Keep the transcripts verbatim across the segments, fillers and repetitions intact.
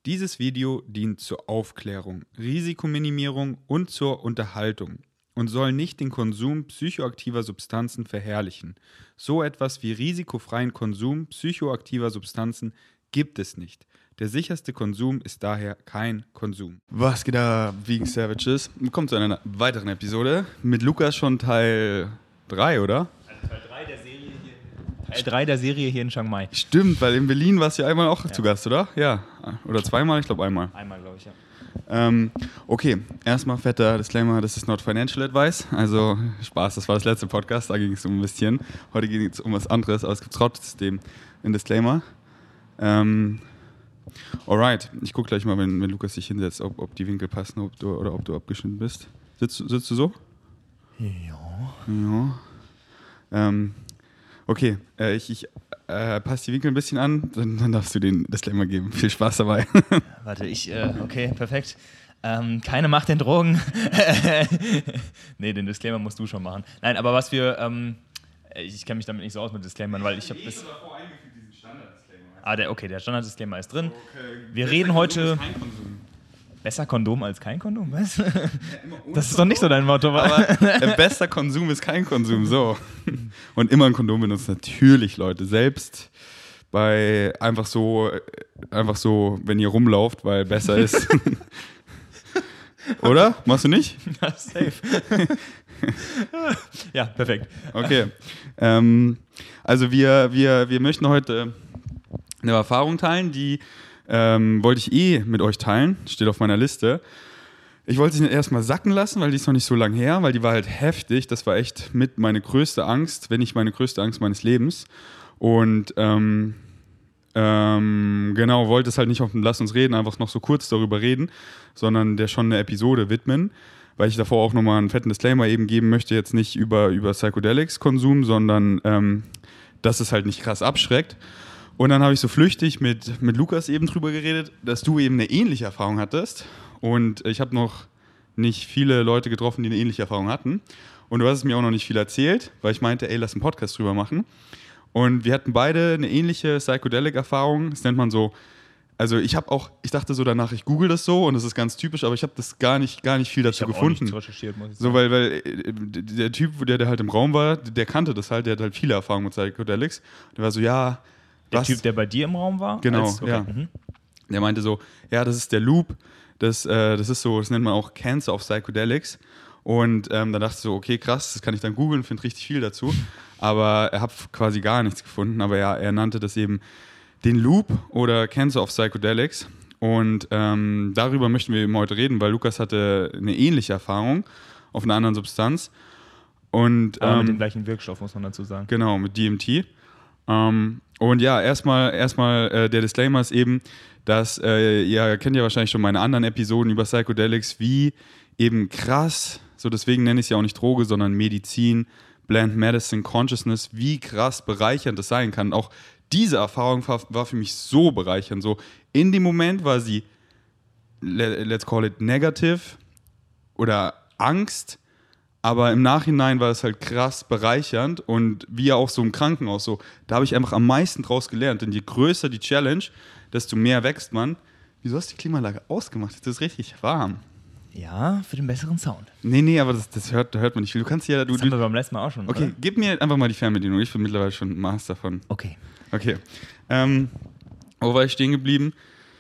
Dieses Video dient zur Aufklärung, Risikominimierung und zur Unterhaltung und soll nicht den Konsum psychoaktiver Substanzen verherrlichen. So etwas wie risikofreien Konsum psychoaktiver Substanzen gibt es nicht. Der sicherste Konsum ist daher kein Konsum. Was geht da, Vegan Savages? Willkommen zu einer weiteren Episode mit Lukas, schon Teil drei, oder? Also Teil drei der Serie hier, Teil drei der Serie hier in Chiang Mai. Stimmt, weil in Berlin warst du ja einmal auch Ja. zu Gast, oder? Ja. Oder zweimal? Ich glaube einmal. Einmal, glaube ich, ja. Ähm, okay, erstmal fetter Disclaimer, das ist not financial advice. Also Spaß, das war das letzte Podcast, da ging es um Investieren. Heute ging es um was anderes, aber es gibt trotzdem einen Disclaimer. Ähm, alright, ich gucke gleich mal, wenn, wenn Lukas sich hinsetzt, ob, ob die Winkel passen ob du, oder ob du abgeschnitten bist. Sitzt, sitzt du so? Ja. Ja. Ähm, okay, äh, ich, ich äh, passe die Winkel ein bisschen an, dann, dann darfst du den Disclaimer geben. Viel Spaß dabei. Warte, ich, äh, okay, perfekt. Ähm, keine Macht den Drogen. Nee, den Disclaimer musst du schon machen. Nein, aber was wir, ähm, ich kenne mich damit nicht so aus mit Disclaimern, weil ich habe das... Ah, der, okay, der Standard-Disclaimer ist drin. Wir reden heute... Besser Kondom als kein Kondom, was? Das ist doch nicht so dein Motto, wa? Aber äh, bester Konsum ist kein Konsum, so. Und immer ein Kondom benutzen, natürlich, Leute. Selbst bei einfach so, einfach so, wenn ihr rumlauft, weil besser ist. Oder? Machst du nicht? Ja, safe. Ja, perfekt. Okay. Ähm, also wir, wir, wir möchten heute eine Erfahrung teilen, die ähm, wollte ich eh mit euch teilen, steht auf meiner Liste. Ich wollte sie erstmal sacken lassen, weil die ist noch nicht so lange her, weil die war halt heftig. Das war echt mit meine größte Angst, wenn nicht meine größte Angst meines Lebens. Und ähm, ähm, genau, wollte es halt nicht auf dem Lass uns reden, einfach noch so kurz darüber reden, sondern der schon eine Episode widmen, weil ich davor auch nochmal einen fetten Disclaimer eben geben möchte, jetzt nicht über, über Psychedelics-Konsum, sondern ähm, dass es halt nicht krass abschreckt. Und dann habe ich so flüchtig mit, mit Lukas eben drüber geredet, dass du eben eine ähnliche Erfahrung hattest. Und ich habe noch nicht viele Leute getroffen, die eine ähnliche Erfahrung hatten. Und du hast es mir auch noch nicht viel erzählt, weil ich meinte, ey, lass einen Podcast drüber machen. Und wir hatten beide eine ähnliche Psychedelic-Erfahrung. Das nennt man so, also ich habe auch, ich dachte so danach, ich google das so und das ist ganz typisch, aber ich habe das gar nicht, gar nicht viel dazu ich gefunden. Auch recherchiert, muss ich sagen. So, weil, weil der Typ, der, der halt im Raum war, der kannte das halt, der hat halt viele Erfahrungen mit Psychedelics. Der war so, ja... Der Was? Typ, der bei dir im Raum war? Genau, Als, okay. ja. Mhm. Der meinte so, ja, das ist der Loop, das, äh, das ist so, das nennt man auch Cancer of Psychedelics. Und ähm, da dachte ich so, okay, krass, das kann ich dann googeln, finde richtig viel dazu. Aber er hat quasi gar nichts gefunden. Aber ja, er nannte das eben den Loop oder Cancer of Psychedelics. Und ähm, darüber möchten wir eben heute reden, weil Lukas hatte eine ähnliche Erfahrung auf einer anderen Substanz. Und, Aber ähm, mit dem gleichen Wirkstoff, muss man dazu sagen. Genau, mit D M T. Ähm, und ja, erstmal, erstmal äh, der Disclaimer ist eben, dass äh, ihr kennt ja wahrscheinlich schon meine anderen Episoden über Psychedelics, wie eben krass, so deswegen nenne ich es ja auch nicht Droge, sondern Medizin, Plant Medicine, Consciousness, wie krass bereichernd das sein kann. Auch diese Erfahrung war, war für mich so bereichernd. So in dem Moment war sie, let's call it negative oder Angst, aber im Nachhinein war es halt krass bereichernd und wie auch so im Krankenhaus so, da habe ich einfach am meisten draus gelernt, denn je größer die Challenge, desto mehr wächst man. Wieso hast du die Klimaanlage ausgemacht? Das ist richtig warm. Ja, für den besseren Sound. Nee, nee, aber das, das hört, hört man nicht viel. Du kannst ja... Du, das haben du, wir beim letzten Mal auch schon, Okay, oder? gib mir einfach mal die Fernbedienung. Ich bin mittlerweile schon Master davon. Okay. Okay. Ähm, wo war ich stehen geblieben?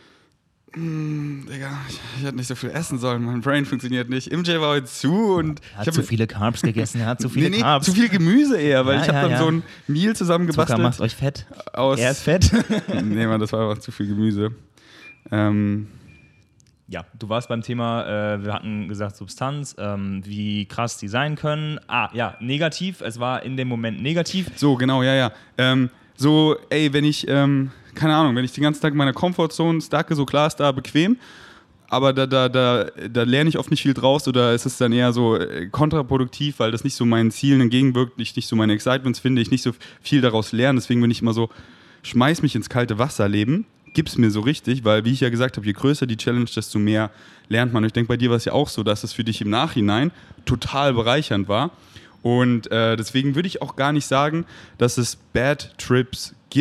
Hm, Digga, ich, ich hätte nicht so viel essen sollen. Mein Brain funktioniert nicht. M J war heute zu und... Er hat ich zu viele Carbs gegessen, er hat zu viele nee, nee, Carbs. zu viel Gemüse eher, weil Ja, ich habe ja, dann ja. so ein Meal zusammengebastelt. Zucker macht euch fett. Aus, Er ist fett. Nee, Mann, das war einfach zu viel Gemüse. Ähm, Ja, du warst beim Thema, äh, wir hatten gesagt Substanz, ähm, wie krass die sein können. Ah, ja, negativ, es war in dem Moment negativ. so, genau, ja, ja. Ähm, so, ey, wenn ich, ähm, keine Ahnung, wenn ich den ganzen Tag in meiner Comfortzone stacke, so klar ist da bequem, aber da, da, da, da lerne ich oft nicht viel draus oder ist es dann eher so äh, kontraproduktiv, weil das nicht so meinen Zielen entgegenwirkt, ich nicht so meine Excitements finde, ich nicht so viel daraus lerne. Deswegen bin ich immer so, schmeiß mich ins kalte Wasser leben, gib's mir so richtig, weil, wie ich ja gesagt habe, je größer die Challenge, desto mehr lernt man. Und ich denke, bei dir war es ja auch so, dass es für dich im Nachhinein total bereichernd war. Und äh, deswegen würde ich auch gar nicht sagen, dass es Bad Trips gibt,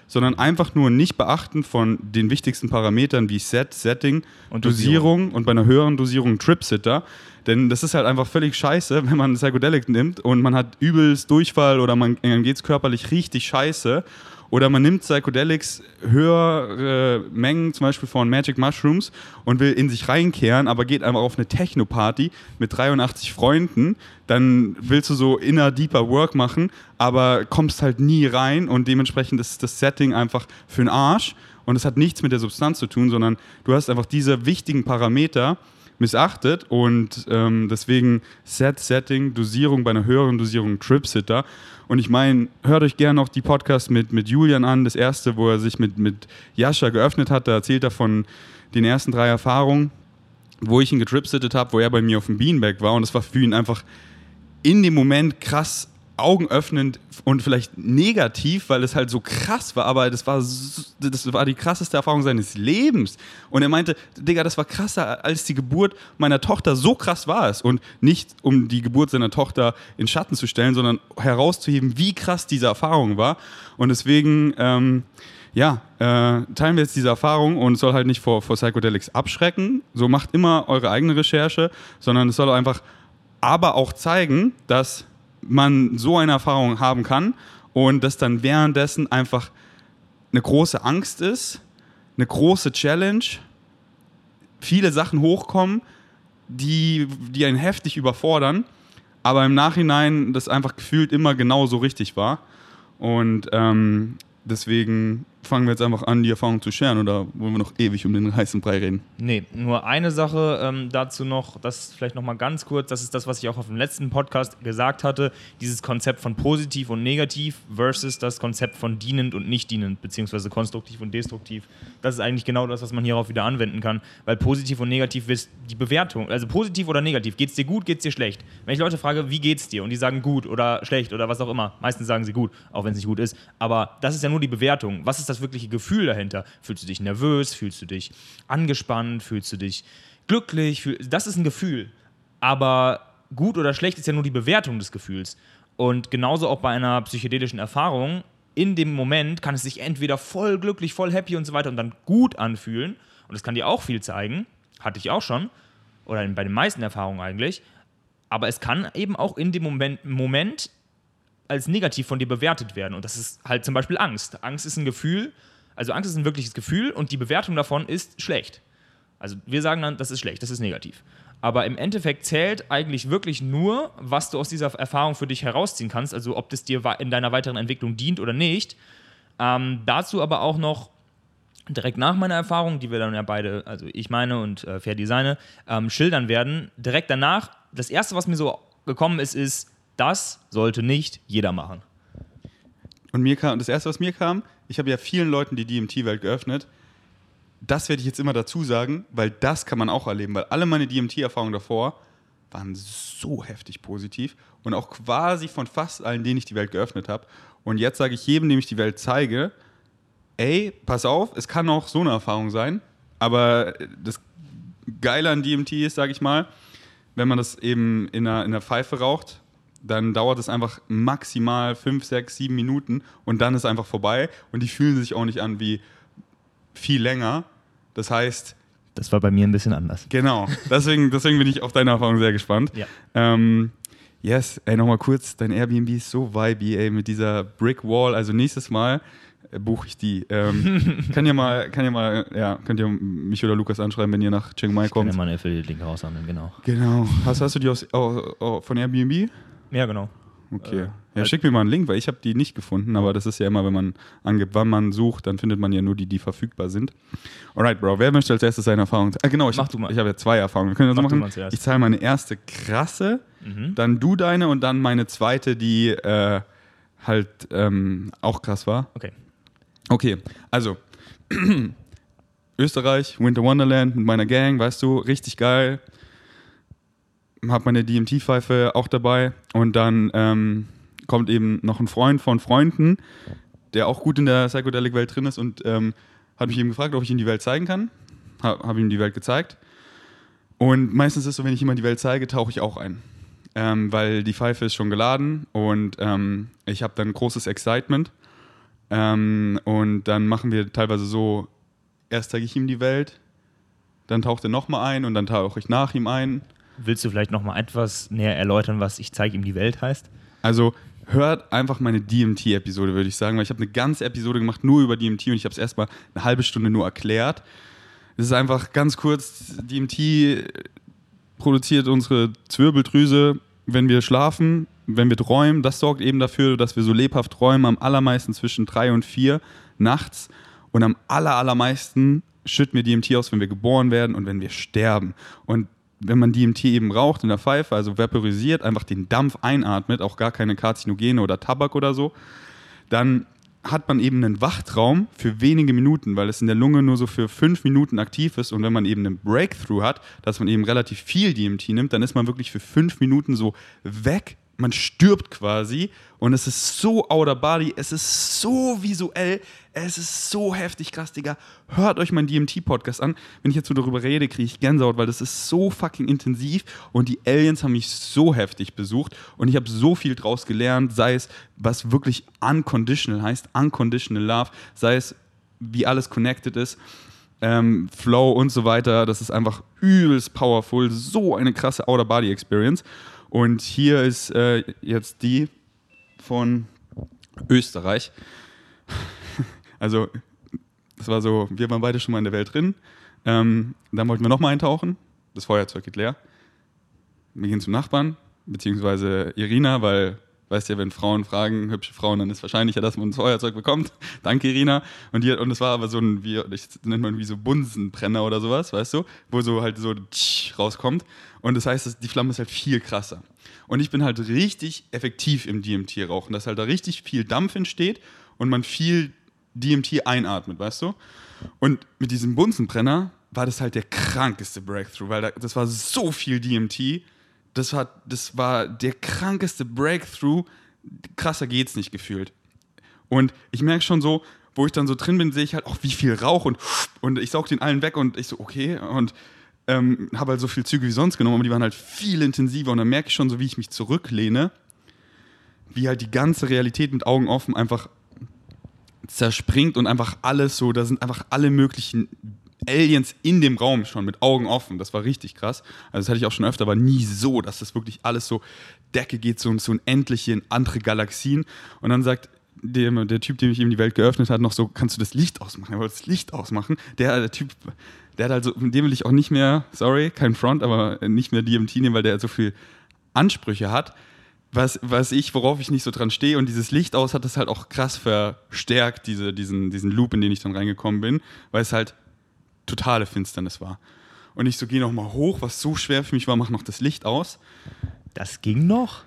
sondern einfach nur nicht beachten von den wichtigsten Parametern wie Set, Setting, Und Dosierung, Dosierung. und bei einer höheren Dosierung Trip-Sitter. Denn das ist halt einfach völlig scheiße, wenn man Psychedelic nimmt und man hat übelst Durchfall oder man, man geht es körperlich richtig scheiße. Oder man nimmt Psychedelics, höhere Mengen, zum Beispiel von Magic Mushrooms, und will in sich reinkehren, aber geht einfach auf eine Techno-Party mit dreiundachtzig Freunden. Dann willst du so inner, deeper Work machen, aber kommst halt nie rein, und dementsprechend ist das Setting einfach für den Arsch. Und es hat nichts mit der Substanz zu tun, sondern du hast einfach diese wichtigen Parameter missachtet, und ähm, deswegen Set, Setting, Dosierung, bei einer höheren Dosierung Trip-Sitter. Und ich meine, hört euch gerne noch die Podcasts mit, mit Julian an, das erste, wo er sich mit, mit Jascha geöffnet hat, da erzählt er von den ersten drei Erfahrungen, wo ich ihn getripsittet habe, wo er bei mir auf dem Beanbag war, und das war für ihn einfach in dem Moment krass augenöffnend und vielleicht negativ, weil es halt so krass war, aber das war, so, das war die krasseste Erfahrung seines Lebens. Und er meinte, Digga, das war krasser als die Geburt meiner Tochter, so krass war es. Und nicht, um die Geburt seiner Tochter in Schatten zu stellen, sondern herauszuheben, wie krass diese Erfahrung war. Und deswegen, ähm, ja, äh, teilen wir jetzt diese Erfahrung, und es soll halt nicht vor, vor Psychedelics abschrecken. So, macht immer eure eigene Recherche, sondern es soll einfach aber auch zeigen, dass man so eine Erfahrung haben kann und dass dann währenddessen einfach eine große Angst ist, eine große Challenge, viele Sachen hochkommen, die, die einen heftig überfordern, aber im Nachhinein das einfach gefühlt immer genauso richtig war. Und ähm, deswegen fangen wir jetzt einfach an, die Erfahrung zu scheren, oder wollen wir noch ewig um den heißen Brei reden? Nee, nur eine Sache ähm, dazu noch, das vielleicht noch mal ganz kurz, das ist das, was ich auch auf dem letzten Podcast gesagt hatte, dieses Konzept von positiv und negativ versus das Konzept von dienend und nicht dienend, beziehungsweise konstruktiv und destruktiv. Das ist eigentlich genau das, was man hierauf wieder anwenden kann, weil positiv und negativ ist die Bewertung, also positiv oder negativ, geht's dir gut, geht's dir schlecht? Wenn ich Leute frage, wie geht's dir, und die sagen gut oder schlecht oder was auch immer, meistens sagen sie gut, auch wenn es nicht gut ist, aber das ist ja nur die Bewertung. Was ist das wirkliche Gefühl dahinter? Fühlst du dich nervös? Fühlst du dich angespannt? Fühlst du dich glücklich? Fühl- das ist ein Gefühl. Aber gut oder schlecht ist ja nur die Bewertung des Gefühls. Und genauso auch bei einer psychedelischen Erfahrung. In dem Moment kann es sich entweder voll glücklich, voll happy und so weiter und dann gut anfühlen. Und das kann dir auch viel zeigen. Hatte ich auch schon. Oder bei den meisten Erfahrungen eigentlich. Aber es kann eben auch in dem Moment, Moment als negativ von dir bewertet werden. Und das ist halt zum Beispiel Angst. Angst ist ein Gefühl, also Angst ist ein wirkliches Gefühl, und die Bewertung davon ist schlecht. Also wir sagen dann, das ist schlecht, das ist negativ. Aber im Endeffekt zählt eigentlich wirklich nur, was du aus dieser Erfahrung für dich herausziehen kannst, also ob das dir in deiner weiteren Entwicklung dient oder nicht. Ähm, dazu aber auch noch direkt nach meiner Erfahrung, die wir dann ja beide, also ich meine und äh, Fair Design, ähm, schildern werden, direkt danach, das Erste, was mir so gekommen ist, ist, das sollte nicht jeder machen. Und mir kam, das Erste, was mir kam, ich habe ja vielen Leuten die D M T-Welt geöffnet. Das werde ich jetzt immer dazu sagen, weil das kann man auch erleben, weil alle meine D M T-Erfahrungen davor waren so heftig positiv und auch quasi von fast allen, denen ich die Welt geöffnet habe. Und jetzt sage ich jedem, dem ich die Welt zeige, ey, pass auf, es kann auch so eine Erfahrung sein, aber das Geile an D M T ist, sage ich mal, wenn man das eben in einer, in einer Pfeife raucht, dann dauert es einfach maximal fünf, sechs, sieben Minuten und dann ist einfach vorbei, und die fühlen sich auch nicht an wie viel länger. Das heißt... Das war bei mir ein bisschen anders. Genau, deswegen, deswegen bin ich auf deine Erfahrung sehr gespannt. Ja. Ähm, yes, ey, nochmal kurz, dein Airbnb ist so vibey, ey, mit dieser Brick Wall, also nächstes Mal äh, buche ich die. Ähm, kann ja mal, kann ja mal, ja, könnt ihr mich oder Lukas anschreiben, wenn ihr nach Chiang Mai Ich kann kommt. ja mal einen Affiliate-Link raushandeln, genau. Genau. Hast, hast du die aus, oh, oh, von Airbnb? Ja, genau. Okay. Äh, ja, schick mir mal einen Link, weil ich habe die nicht gefunden, aber das ist ja immer, wenn man angibt, wann man sucht, dann findet man ja nur die, die verfügbar sind. Alright, Bro, wer möchte als erstes seine Erfahrung? Ah, genau, ich Mach habe du mal. hab ja zwei Erfahrungen. Wir können das so Mach du machen. mal zuerst. Ich zahle meine erste krasse, Mhm. dann du deine und dann meine zweite, die äh, halt ähm, auch krass war. Okay. Okay, also Österreich, Winter Wonderland mit meiner Gang, weißt du, richtig geil. Hab meine D M T-Pfeife auch dabei, und dann ähm, kommt eben noch ein Freund von Freunden, der auch gut in der Psychedelic-Welt drin ist, und ähm, hat mich eben gefragt, ob ich ihm die Welt zeigen kann. Ha, Habe ihm die Welt gezeigt. Und meistens ist es so, wenn ich ihm die Welt zeige, tauche ich auch ein. Ähm, weil die Pfeife ist schon geladen, und ähm, ich habe dann großes Excitement. Ähm, und dann machen wir teilweise so, erst zeige ich ihm die Welt, dann taucht er nochmal ein und dann tauche ich nach ihm ein. Willst du vielleicht nochmal etwas näher erläutern, was ich zeige ihm die Welt heißt? Also hört einfach meine D M T-Episode, würde ich sagen, weil ich habe eine ganze Episode gemacht nur über D M T und ich habe es erstmal eine halbe Stunde nur erklärt. Das ist einfach ganz kurz, D M T produziert unsere Zwirbeldrüse, wenn wir schlafen, wenn wir träumen. Das sorgt eben dafür, dass wir so lebhaft träumen, am allermeisten zwischen drei und vier nachts und am aller, allermeisten schütten wir D M T aus, wenn wir geboren werden und wenn wir sterben. Und wenn man D M T eben raucht in der Pfeife, also vaporisiert, einfach den Dampf einatmet, auch gar keine Karzinogene oder Tabak oder so, dann hat man eben einen Wachtraum für wenige Minuten, weil es in der Lunge nur so für fünf Minuten aktiv ist. Und wenn man eben einen Breakthrough hat, dass man eben relativ viel D M T nimmt, dann ist man wirklich für fünf Minuten so weg. Man stirbt quasi und es ist so outer body, es ist so visuell, es ist so heftig krass, Digga. Hört euch meinen D M T-Podcast an. Wenn ich jetzt so darüber rede, kriege ich Gänsehaut, weil das ist so fucking intensiv und die Aliens haben mich so heftig besucht und ich habe so viel draus gelernt, sei es, was wirklich unconditional heißt, unconditional love, sei es, wie alles connected ist, ähm, Flow und so weiter. Das ist einfach übelst powerful, so eine krasse Outer-Body-Experience. Und hier ist äh, jetzt die von Österreich. Also, das war so, wir waren beide schon mal in der Welt drin. Ähm, dann wollten wir nochmal eintauchen. Das Feuerzeug geht leer. Wir gehen zum Nachbarn, beziehungsweise Irina, weil, weißt ja, wenn Frauen fragen, hübsche Frauen, dann ist wahrscheinlicher, dass man das Feuerzeug bekommt. Danke, Irina. Und, die, und das war aber so ein, wie, das nennt man wie so Bunsenbrenner oder sowas, weißt du, wo so halt so rauskommt. Und das heißt, die Flamme ist halt viel krasser. Und ich bin halt richtig effektiv im D M T-Rauchen, dass halt da richtig viel Dampf entsteht und man viel D M T einatmet, weißt du? Und mit diesem Bunsenbrenner war das halt der krankeste Breakthrough, weil da, das war so viel D M T, das war, das war der krankeste Breakthrough, krasser geht's nicht gefühlt. Und ich merke schon so, wo ich dann so drin bin, sehe ich halt auch, wie viel Rauch und, und ich saug den allen weg und ich so, okay, und ähm, habe halt so viel Züge wie sonst genommen, aber die waren halt viel intensiver und dann merke ich schon so, wie ich mich zurücklehne, wie halt die ganze Realität mit Augen offen einfach zerspringt und einfach alles so, da sind einfach alle möglichen Aliens in dem Raum schon mit Augen offen. Das war richtig krass. Also das hatte ich auch schon öfter, aber nie so, dass das wirklich alles so Decke geht, so, so unendliche in andere Galaxien. Und dann sagt der, der Typ, dem ich eben die Welt geöffnet hat, noch so, kannst du das Licht ausmachen? Er wollte das Licht ausmachen. Der, der Typ, der hat also, mit dem will ich auch nicht mehr, sorry, kein Front, aber nicht mehr D M T nehmen, weil der so viel Ansprüche hat. Was, was ich, worauf ich nicht so dran stehe, und dieses Licht aus hat das halt auch krass verstärkt, diese, diesen, diesen Loop, in den ich dann reingekommen bin, weil es halt totale Finsternis war. Und ich so, geh noch mal hoch, was so schwer für mich war, mach noch das Licht aus. Das ging noch?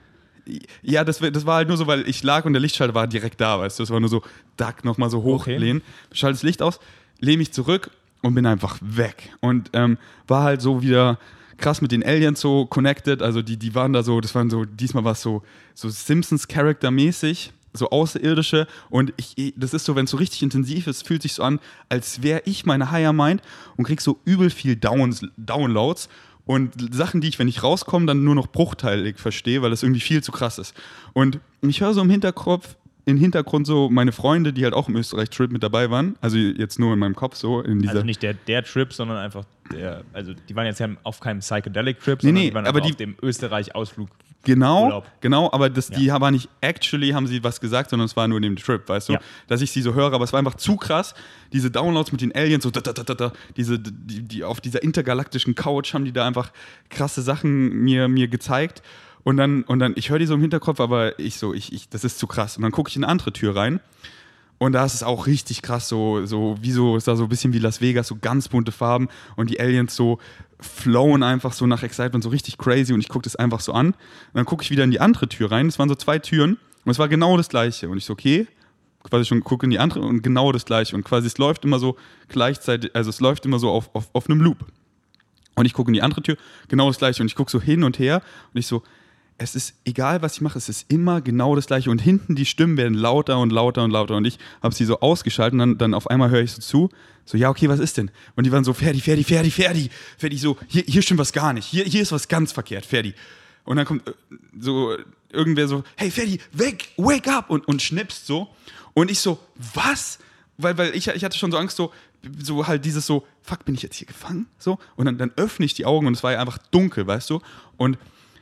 Ja, das, das war halt nur so, weil ich lag und der Lichtschalter war direkt da, weißt du, das war nur so, dack, noch mal so hochlehnen, okay. Schalte das Licht aus, lehne mich zurück und bin einfach weg. Und ähm, war halt so wieder krass mit den Aliens so connected, also die, die waren da so, das waren so, diesmal war es so, so Simpsons-Charakter-mäßig, so Außerirdische, und ich, das ist so, wenn es so richtig intensiv ist, fühlt sich so an, als wäre ich meine Higher Mind und krieg so übel viel Downs, Downloads und Sachen, die ich, wenn ich rauskomme, dann nur noch bruchteilig verstehe, weil das irgendwie viel zu krass ist. Und ich höre so im Hinterkopf, im Hintergrund so meine Freunde, die halt auch im Österreich-Trip mit dabei waren, also jetzt nur in meinem Kopf so. In dieser also nicht der, der Trip, sondern einfach der, also die waren jetzt ja auf keinem Psychedelic-Trip, sondern nee, nee, die waren aber die, auf dem Österreich-Ausflug. Genau, Urlaub. genau, aber das, Ja. die haben nicht actually, haben sie was gesagt, sondern es war nur in dem Trip, weißt du, Ja. dass ich sie so höre, aber es war einfach zu krass, diese Downloads mit den Aliens, so da, da, da, da, da, diese, die, die auf dieser intergalaktischen Couch haben die da einfach krasse Sachen mir, mir gezeigt und dann, und dann, ich höre die so im Hinterkopf, aber ich so, ich, ich, das ist zu krass und dann gucke ich in eine andere Tür rein und da ist es auch richtig krass, so, so wie so, ist da so ein bisschen wie Las Vegas, so ganz bunte Farben und die Aliens so flowen einfach so nach Excitement, so richtig crazy und ich gucke das einfach so an und dann gucke ich wieder in die andere Tür rein, es waren so zwei Türen und es war genau das Gleiche und ich so, okay, quasi schon gucke in die andere und genau das Gleiche und quasi es läuft immer so gleichzeitig, also es läuft immer so auf, auf, auf einem Loop und ich gucke in die andere Tür, genau das Gleiche und ich gucke so hin und her und ich so, es ist egal, was ich mache, es ist immer genau das Gleiche. Und hinten die Stimmen werden lauter und lauter und lauter. Und ich habe sie so ausgeschaltet und dann, dann auf einmal höre ich so zu. So, ja, okay, was ist denn? Und die waren so, Ferdi, Ferdi, Ferdi, Ferdi. Ferdi, so, hier, hier stimmt was gar nicht. Hier, hier ist was ganz verkehrt, Ferdi. Und dann kommt so irgendwer so, hey, Ferdi, wake, wake up. Und, und schnipst so. Und ich so, was? Weil, weil ich, ich hatte schon so Angst, so, so halt dieses so, fuck, bin ich jetzt hier gefangen? So, und dann, dann öffne ich die Augen und es war ja einfach dunkel, weißt du? Und,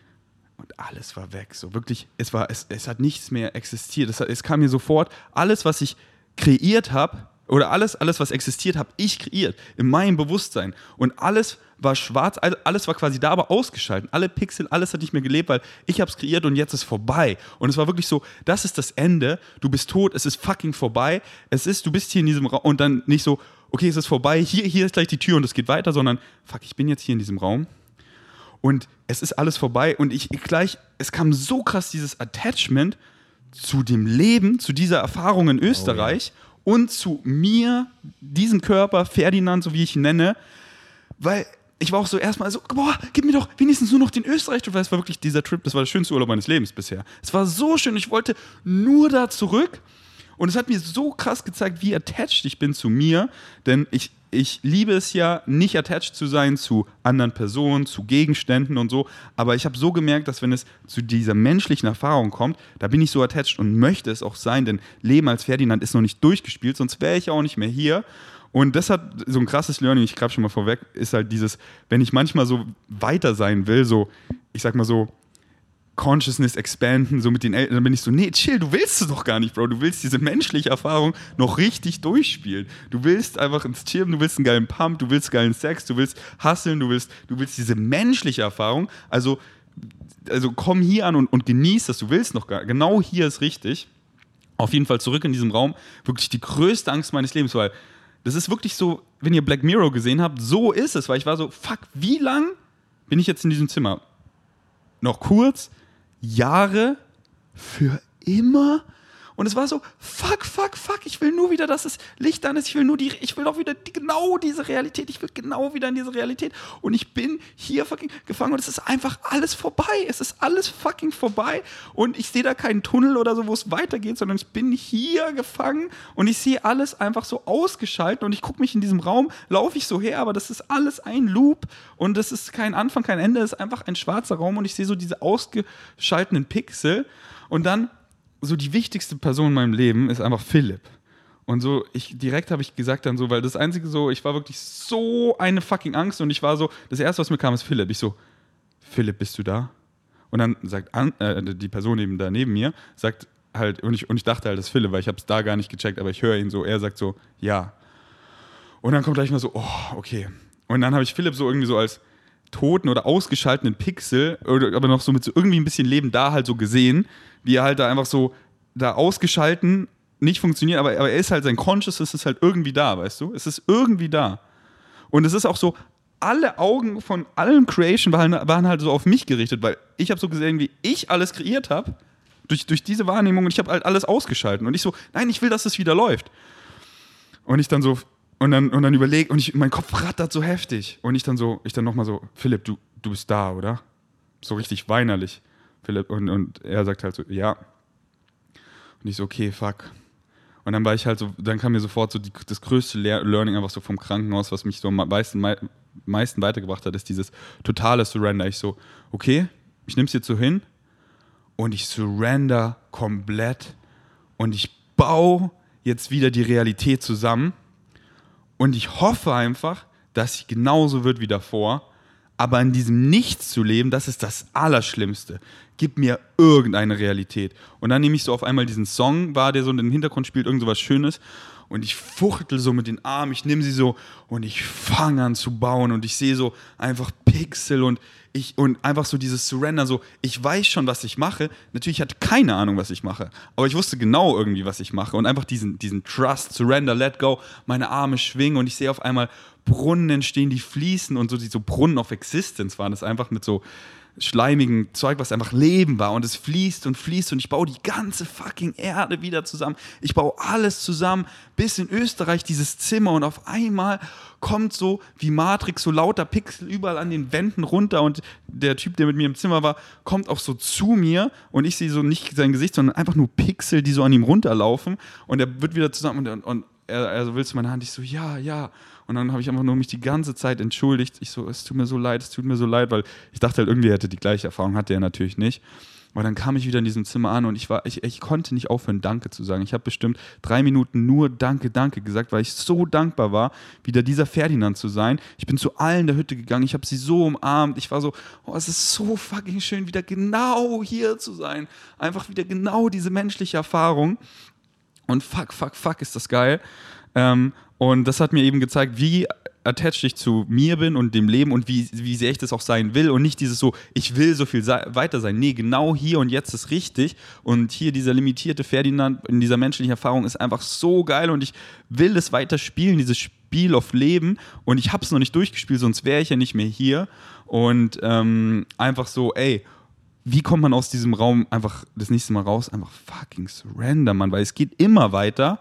und alles war weg, so wirklich, es, war, es, es hat nichts mehr existiert. Es, es kam mir sofort, alles, was ich kreiert habe, oder alles, alles, was existiert, habe ich kreiert, in meinem Bewusstsein. Und alles war schwarz, alles war quasi da, aber ausgeschaltet. Alle Pixel, alles hat nicht mehr gelebt, weil ich habe es kreiert und jetzt ist vorbei. Und es war wirklich so, das ist das Ende, du bist tot, es ist fucking vorbei. Es ist, du bist hier in diesem Raum und dann nicht so, okay, es ist vorbei, hier, hier ist gleich die Tür und es geht weiter, sondern fuck, ich bin jetzt hier in diesem Raum und es ist alles vorbei und ich gleich, es kam so krass dieses Attachment zu dem Leben, zu dieser Erfahrung in Österreich oh, ja. und zu mir, diesem Körper, Ferdinand, so wie ich ihn nenne, weil ich war auch so erstmal so, boah, gib mir doch wenigstens nur noch den Österreich-Trip, weil es war wirklich dieser Trip, das war der schönste Urlaub meines Lebens bisher. Es war so schön, ich wollte nur da zurück und es hat mir so krass gezeigt, wie attached ich bin zu mir, denn ich, ich liebe es ja, nicht attached zu sein zu anderen Personen, zu Gegenständen und so, aber ich habe so gemerkt, dass wenn es zu dieser menschlichen Erfahrung kommt, da bin ich so attached und möchte es auch sein, denn Leben als Ferdinand ist noch nicht durchgespielt, sonst wäre ich auch nicht mehr hier. Und das hat so ein krasses Learning, ich greife schon mal vorweg, ist halt dieses, wenn ich manchmal so weiter sein will, so, ich sag mal so, Consciousness expanden, so mit den Eltern, dann bin ich so, nee, chill, du willst es doch gar nicht, Bro, du willst diese menschliche Erfahrung noch richtig durchspielen. Du willst einfach ins Chillen, du willst einen geilen Pump, du willst geilen Sex, du willst hustlen, du willst, du willst diese menschliche Erfahrung, also, also komm hier an und, und genieß das, du willst noch gar, genau hier ist richtig. Auf jeden Fall zurück in diesem Raum, wirklich die größte Angst meines Lebens, weil das ist wirklich so, wenn ihr Black Mirror gesehen habt, so ist es, weil ich war so, fuck, wie lang bin ich jetzt in diesem Zimmer? Noch kurz, Jahre, für immer? Und es war so, fuck, fuck, fuck, ich will nur wieder, dass das Licht an ist, ich will nur die, ich will doch wieder die, genau diese Realität, ich will genau wieder in diese Realität und ich bin hier fucking gefangen und es ist einfach alles vorbei, es ist alles fucking vorbei und ich sehe da keinen Tunnel oder so, wo es weitergeht, sondern ich bin hier gefangen und ich sehe alles einfach so ausgeschaltet und ich gucke mich in diesem Raum, laufe ich so her, aber das ist alles ein Loop und das ist kein Anfang, kein Ende, es ist einfach ein schwarzer Raum und ich sehe so diese ausgeschalteten Pixel und dann so die wichtigste Person in meinem Leben ist einfach Philipp. Und so, ich direkt habe ich gesagt dann so, weil das Einzige so, ich war wirklich so eine fucking Angst und ich war so, das Erste, was mir kam, ist Philipp. Ich so, Philipp, bist du da? Und dann sagt äh, die Person eben da neben mir, sagt halt, und ich, und ich dachte halt, das ist Philipp, weil ich habe es da gar nicht gecheckt, aber ich höre ihn so, er sagt so, ja. Und dann kommt gleich mal so, oh, okay. Und dann habe ich Philipp so irgendwie so als toten oder ausgeschalteten Pixel, oder, aber noch so mit so irgendwie ein bisschen Leben da halt so gesehen, wie er halt da einfach so da ausgeschalten, nicht funktioniert, aber, aber er ist halt, sein Consciousness ist halt irgendwie da, weißt du? Es ist irgendwie da. Und es ist auch so, alle Augen von allen Creation waren, waren halt so auf mich gerichtet, weil ich habe so gesehen, wie ich alles kreiert habe, durch, durch diese Wahrnehmung und ich habe halt alles ausgeschalten. Und ich so, nein, ich will, dass es wieder läuft. Und ich dann so, und dann, und dann überlege, und ich, mein Kopf rattert so heftig. Und ich dann so, ich dann nochmal so, Philipp, du, du bist da, oder? So richtig weinerlich. Philipp, und, und er sagt halt so, ja. Und ich so, okay, fuck. Und dann war ich halt so, dann kam mir sofort so die, das größte Learning einfach so vom Krankenhaus, was mich so am meisten, meisten weitergebracht hat, ist dieses totale Surrender. Ich so, okay, ich nehme es jetzt so hin und ich surrender komplett und ich baue jetzt wieder die Realität zusammen und ich hoffe einfach, dass sie genauso wird wie davor, aber in diesem Nichts zu leben, das ist das Allerschlimmste. Gib mir irgendeine Realität. Und dann nehme ich so auf einmal diesen Song wahr, der so im Hintergrund spielt, irgend so was Schönes. Und ich fuchtel so mit den Armen, ich nehme sie so und ich fange an zu bauen. Und ich sehe so einfach Pixel und, ich, und einfach so dieses Surrender. So, ich weiß schon, was ich mache. Natürlich hatte ich keine Ahnung, was ich mache. Aber ich wusste genau irgendwie, was ich mache. Und einfach diesen, diesen Trust, Surrender, Let Go. Meine Arme schwingen und ich sehe auf einmal Brunnen entstehen, die fließen und so, die so Brunnen of Existence waren das einfach mit so schleimigen Zeug, was einfach Leben war und es fließt und fließt und ich baue die ganze fucking Erde wieder zusammen. Ich baue alles zusammen, bis in Österreich dieses Zimmer und auf einmal kommt so wie Matrix so lauter Pixel überall an den Wänden runter und der Typ, der mit mir im Zimmer war, kommt auch so zu mir und ich sehe so nicht sein Gesicht, sondern einfach nur Pixel, die so an ihm runterlaufen und er wird wieder zusammen und, und er, er so, willst du meine Hand? Ich so, ja, ja. Und dann habe ich einfach nur mich die ganze Zeit entschuldigt. Ich so, es tut mir so leid, es tut mir so leid, weil ich dachte halt, irgendwie er hätte die gleiche Erfahrung, hatte er natürlich nicht. Und dann kam ich wieder in diesem Zimmer an und ich war, ich, ich konnte nicht aufhören, Danke zu sagen. Ich habe bestimmt drei Minuten nur Danke, Danke gesagt, weil ich so dankbar war, wieder dieser Ferdinand zu sein. Ich bin zu allen der Hütte gegangen, ich habe sie so umarmt. Ich war so, oh, es ist so fucking schön, wieder genau hier zu sein. Einfach wieder genau diese menschliche Erfahrung. Und fuck, fuck, fuck, ist das geil. Ähm, und das hat mir eben gezeigt, wie attached ich zu mir bin und dem Leben und wie, wie sehr ich das auch sein will und nicht dieses so, ich will so viel se- weiter sein. Nee, genau hier und jetzt ist richtig und hier dieser limitierte Ferdinand in dieser menschlichen Erfahrung ist einfach so geil und ich will es weiter spielen, dieses Spiel auf Leben und ich habe es noch nicht durchgespielt, sonst wäre ich ja nicht mehr hier und ähm, einfach so, ey, wie kommt man aus diesem Raum einfach das nächste Mal raus? Einfach fucking surrender, Mann, weil es geht immer weiter,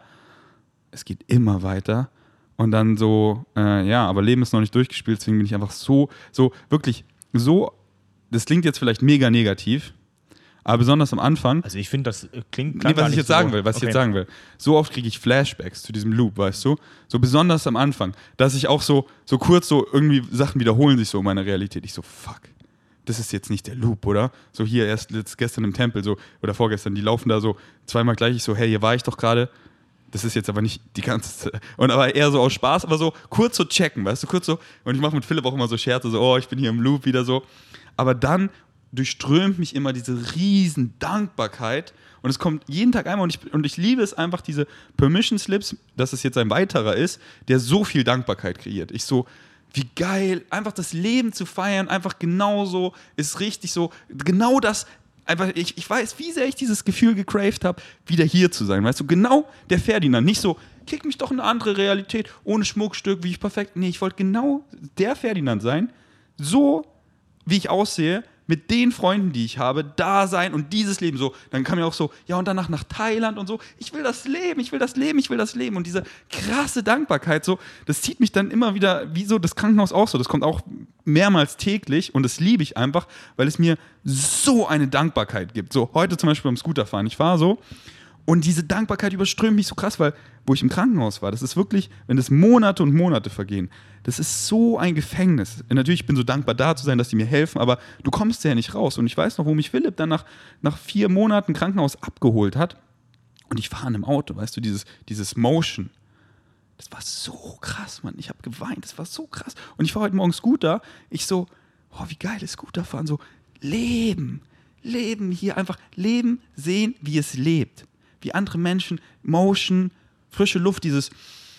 es geht immer weiter. Und dann so, äh, ja, aber Leben ist noch nicht durchgespielt, deswegen bin ich einfach so, so, wirklich so, das klingt jetzt vielleicht mega negativ, aber besonders am Anfang. Also ich finde, das klingt Nee, was ich jetzt so sagen will, was okay. ich jetzt sagen will. So oft kriege ich Flashbacks zu diesem Loop, weißt du? So besonders am Anfang, dass ich auch so, so kurz so irgendwie Sachen wiederholen sich so in meiner Realität. Ich so, fuck, das ist jetzt nicht der Loop, oder? So hier erst jetzt gestern im Tempel so, oder vorgestern, die laufen da so zweimal gleich. Ich so, hey, hier war ich doch gerade. Das ist jetzt aber nicht die ganze Zeit. Und aber eher so aus Spaß, aber so kurz so checken, weißt du, kurz so. Und ich mache mit Philipp auch immer so Scherze, so, oh, ich bin hier im Loop wieder so. Aber dann durchströmt mich immer diese riesen Dankbarkeit. Und es kommt jeden Tag einmal. Und ich, und ich liebe es einfach, diese Permission Slips, dass es jetzt ein weiterer ist, der so viel Dankbarkeit kreiert. Ich so, wie geil, einfach das Leben zu feiern, einfach genauso, ist richtig so, genau das. Einfach, ich, ich weiß, wie sehr ich dieses Gefühl gecraved habe, wieder hier zu sein. Weißt du, genau der Ferdinand. Nicht so, kick mich doch in eine andere Realität, ohne Schmuckstück, wie ich perfekt. Nee, ich wollte genau der Ferdinand sein. So, wie ich aussehe, mit den Freunden, die ich habe, da sein und dieses Leben so. Dann kam mir auch so, ja, und danach nach Thailand und so. Ich will das Leben, ich will das Leben, ich will das Leben. Und diese krasse Dankbarkeit, so, das zieht mich dann immer wieder, wie so das Krankenhaus auch so. Das kommt auch mehrmals täglich und das liebe ich einfach, weil es mir so eine Dankbarkeit gibt. So, heute zum Beispiel beim Scooterfahren. Ich fahre so und diese Dankbarkeit überströmt mich so krass, weil, wo ich im Krankenhaus war, das ist wirklich, wenn es Monate und Monate vergehen, das ist so ein Gefängnis. Und natürlich, ich bin so dankbar da zu sein, dass die mir helfen, aber du kommst ja nicht raus. Und ich weiß noch, wo mich Philipp dann nach, nach vier Monaten Krankenhaus abgeholt hat. Und ich fahre in einem Auto, weißt du, dieses, dieses Motion. Das war so krass, Mann. Ich habe geweint, das war so krass. Und ich fahre heute Morgen Scooter. Ich so, oh, wie geil ist Scooterfahren. So, leben, leben hier einfach, leben, sehen, wie es lebt. Wie andere Menschen, Motion, frische Luft, dieses,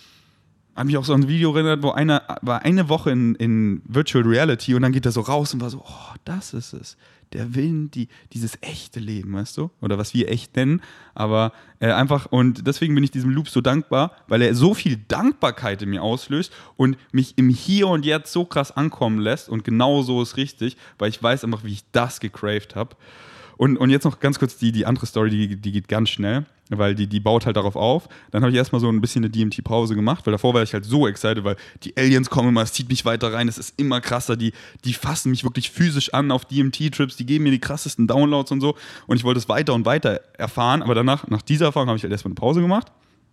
habe mich auch so an ein Video erinnert, wo einer war eine Woche in, in Virtual Reality und dann geht er so raus und war so, oh, das ist es. Der Wind, die, dieses echte Leben, weißt du? Oder was wir echt nennen. Aber äh, einfach, und deswegen bin ich diesem Loop so dankbar, weil er so viel Dankbarkeit in mir auslöst und mich im Hier und Jetzt so krass ankommen lässt. Und genau so ist richtig, weil ich weiß einfach, wie ich das gecraved habe. Und, und jetzt noch ganz kurz die, die andere Story, die, die geht ganz schnell, weil die, die baut halt darauf auf. Dann habe ich erstmal so ein bisschen eine D M T-Pause gemacht, weil davor war ich halt so excited, weil die Aliens kommen immer, es zieht mich weiter rein, es ist immer krasser, die, die fassen mich wirklich physisch an auf D M T-Trips, die geben mir die krassesten Downloads und so und ich wollte es weiter und weiter erfahren, aber danach, nach dieser Erfahrung habe ich halt erstmal eine Pause gemacht.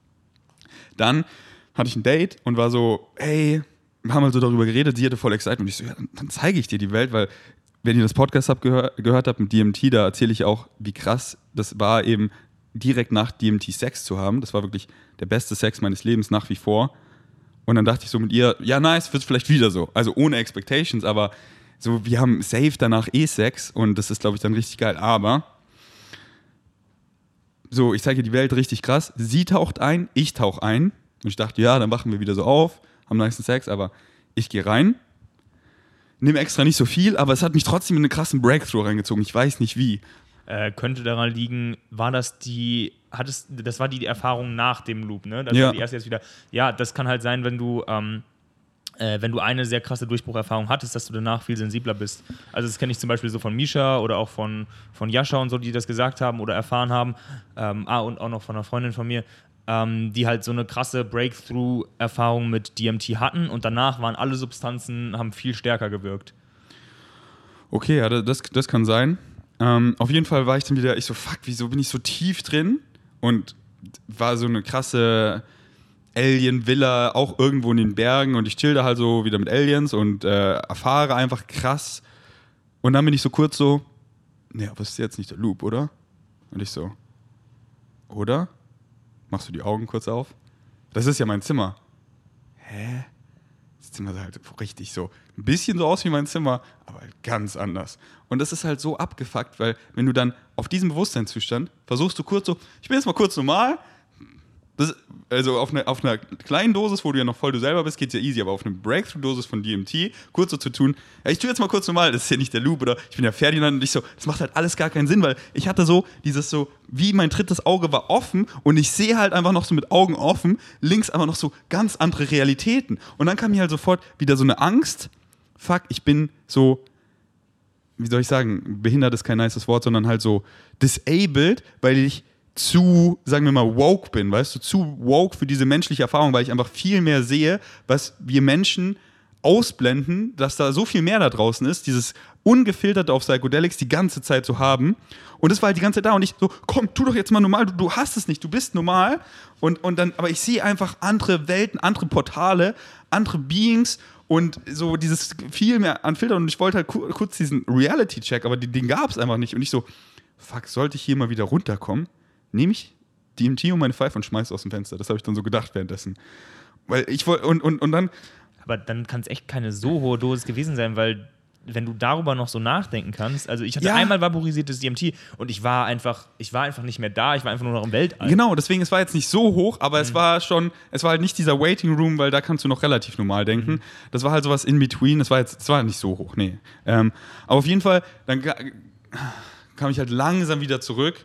Dann hatte ich ein Date und war so, hey, wir haben halt so darüber geredet, sie hatte voll excited und ich so, ja, dann, dann zeige ich dir die Welt, weil wenn ihr das Podcast habt, gehör, gehört habt mit D M T, da erzähle ich auch, wie krass das war, eben direkt nach D M T Sex zu haben. Das war wirklich der beste Sex meines Lebens nach wie vor. Und dann dachte ich so mit ihr, ja nice, wird es vielleicht wieder so. Also ohne Expectations, aber so, wir haben safe danach eh Sex und das ist, glaube ich, dann richtig geil. Aber so, ich zeige ihr die Welt richtig krass. Sie taucht ein, ich tauche ein. Und ich dachte, ja, dann wachen wir wieder so auf, haben nice Sex, aber ich gehe rein. Nehme extra nicht so viel, aber es hat mich trotzdem in einen krassen Breakthrough reingezogen. Ich weiß nicht wie. Äh, könnte daran liegen, war das die, hattest, das war die, die Erfahrung nach dem Loop, ne? Das ja. war die erste jetzt wieder. Ja, das kann halt sein, wenn du, ähm, äh, wenn du eine sehr krasse Durchbrucherfahrung hattest, dass du danach viel sensibler bist. Also das kenne ich zum Beispiel so von Misha oder auch von, von Jascha und so, die das gesagt haben oder erfahren haben. Ähm, ah, und auch noch von einer Freundin von mir. Ähm, die halt so eine krasse Breakthrough-Erfahrung mit D M T hatten und danach waren alle Substanzen, haben viel stärker gewirkt. Okay, ja, das, das kann sein. Ähm, auf jeden Fall war ich dann wieder, ich so, fuck, wieso bin ich so tief drin? Und war so eine krasse Alien-Villa, auch irgendwo in den Bergen und ich chill da halt so wieder mit Aliens und äh, erfahre einfach krass. Und dann bin ich so kurz so, nee, aber ist jetzt nicht der Loop, oder? Und ich so, oder? Machst du die Augen kurz auf? Das ist ja mein Zimmer. Hä? Das Zimmer sah halt richtig so, ein bisschen so aus wie mein Zimmer, aber halt ganz anders. Und das ist halt so abgefuckt, weil wenn du dann auf diesem Bewusstseinszustand versuchst du kurz so, ich bin jetzt mal kurz normal, das, also auf, eine, auf einer kleinen Dosis, wo du ja noch voll du selber bist, geht's ja easy, aber auf eine Breakthrough-Dosis von D M T, kurz so zu tun, ja, ich tue jetzt mal kurz normal, das ist ja nicht der Loop, oder ich bin ja Ferdinand und ich so, das macht halt alles gar keinen Sinn, weil ich hatte so dieses so, wie mein drittes Auge war offen und ich sehe halt einfach noch so mit Augen offen, links einfach noch so ganz andere Realitäten. Und dann kam mir halt sofort wieder so eine Angst, fuck, ich bin so, wie soll ich sagen, behindert ist kein nices Wort, sondern halt so disabled, weil ich zu, sagen wir mal, woke bin, weißt du, zu woke für diese menschliche Erfahrung, weil ich einfach viel mehr sehe, was wir Menschen ausblenden, dass da so viel mehr da draußen ist, dieses ungefilterte auf Psychedelics die ganze Zeit zu haben. Und das war halt die ganze Zeit da und ich so, komm, tu doch jetzt mal normal, du, du hast es nicht, du bist normal. Und, und dann, aber ich sehe einfach andere Welten, andere Portale, andere Beings und so dieses viel mehr an Filtern. Und ich wollte halt ku- kurz diesen Reality-Check, aber den, den gab es einfach nicht. Und ich so, fuck, sollte ich hier mal wieder runterkommen? Nehme ich D M T und meine Pfeife und schmeiße aus dem Fenster. Das habe ich dann so gedacht währenddessen. Weil ich wollte, und, und, und dann. Aber dann kann es echt keine so hohe Dosis gewesen sein, weil wenn du darüber noch so nachdenken kannst, also ich hatte Ja. einmal vaporisiertes D M T und ich war einfach, ich war einfach nicht mehr da, ich war einfach nur noch im Weltall. Genau, deswegen, es war jetzt nicht so hoch, aber mhm. es war schon, es war halt nicht dieser Waiting Room, weil da kannst du noch relativ normal denken. Mhm. Das war halt sowas in between, das war jetzt, es war nicht so hoch, nee. Ähm, aber auf jeden Fall, dann ga- kam ich halt langsam wieder zurück.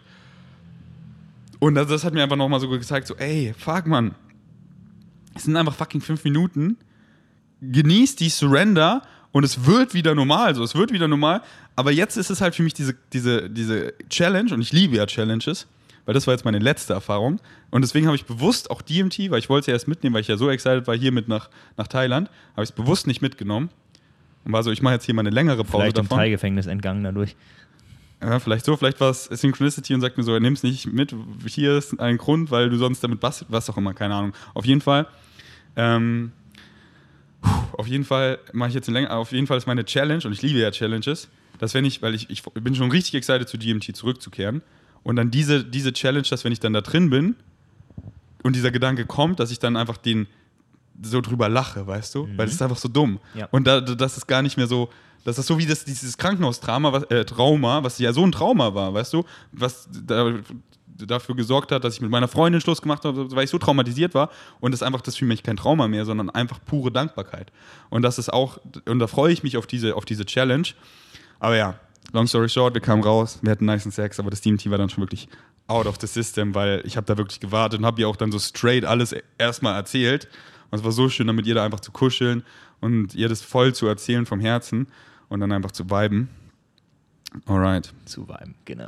Und das, das hat mir einfach nochmal so gezeigt, so, ey, fuck, Mann, es sind einfach fucking fünf Minuten, genieß die Surrender und es wird wieder normal, so, es wird wieder normal, aber jetzt ist es halt für mich diese, diese, diese Challenge und ich liebe ja Challenges, weil das war jetzt meine letzte Erfahrung und deswegen habe ich bewusst auch D M T, weil ich wollte es ja erst mitnehmen, weil ich ja so excited war, hier mit nach, nach Thailand, habe ich es bewusst nicht mitgenommen und war so, ich mache jetzt hier mal eine längere Pause Vielleicht davon. im Thai-Gefängnis entgangen dadurch. Ja, vielleicht so, vielleicht war es Synchronicity und sagt mir so, nimm es nicht mit, hier ist ein Grund, weil du sonst damit bastelt, was auch immer, keine Ahnung. Auf jeden Fall, ähm, auf jeden Fall mache ich jetzt eine Länge, auf jeden Fall ist meine Challenge, und ich liebe ja Challenges, dass wenn ich, weil ich, ich bin schon richtig excited zu D M T zurückzukehren und dann diese, diese Challenge, dass wenn ich dann da drin bin und dieser Gedanke kommt, dass ich dann einfach den so drüber lache, weißt du, mhm. weil es ist einfach so dumm. Ja. Und da, das ist gar nicht mehr so, das ist so wie das, dieses Krankenhaustrauma, was, äh, Trauma, was ja so ein Trauma war, weißt du, was da, dafür gesorgt hat, dass ich mit meiner Freundin Schluss gemacht habe, weil ich so traumatisiert war und das ist einfach, das ist für mich kein Trauma mehr, sondern einfach pure Dankbarkeit. Und das ist auch, und da freue ich mich auf diese, auf diese Challenge. Aber ja, long story short, wir kamen raus, wir hatten nice Sex, aber das D M T war dann schon wirklich out of the system, weil ich habe da wirklich gewartet und habe ihr auch dann so straight alles erstmal erzählt. Und es war so schön, dann mit ihr da einfach zu kuscheln und ihr das voll zu erzählen vom Herzen und dann einfach zu viben. Alright. Zu viben, genau.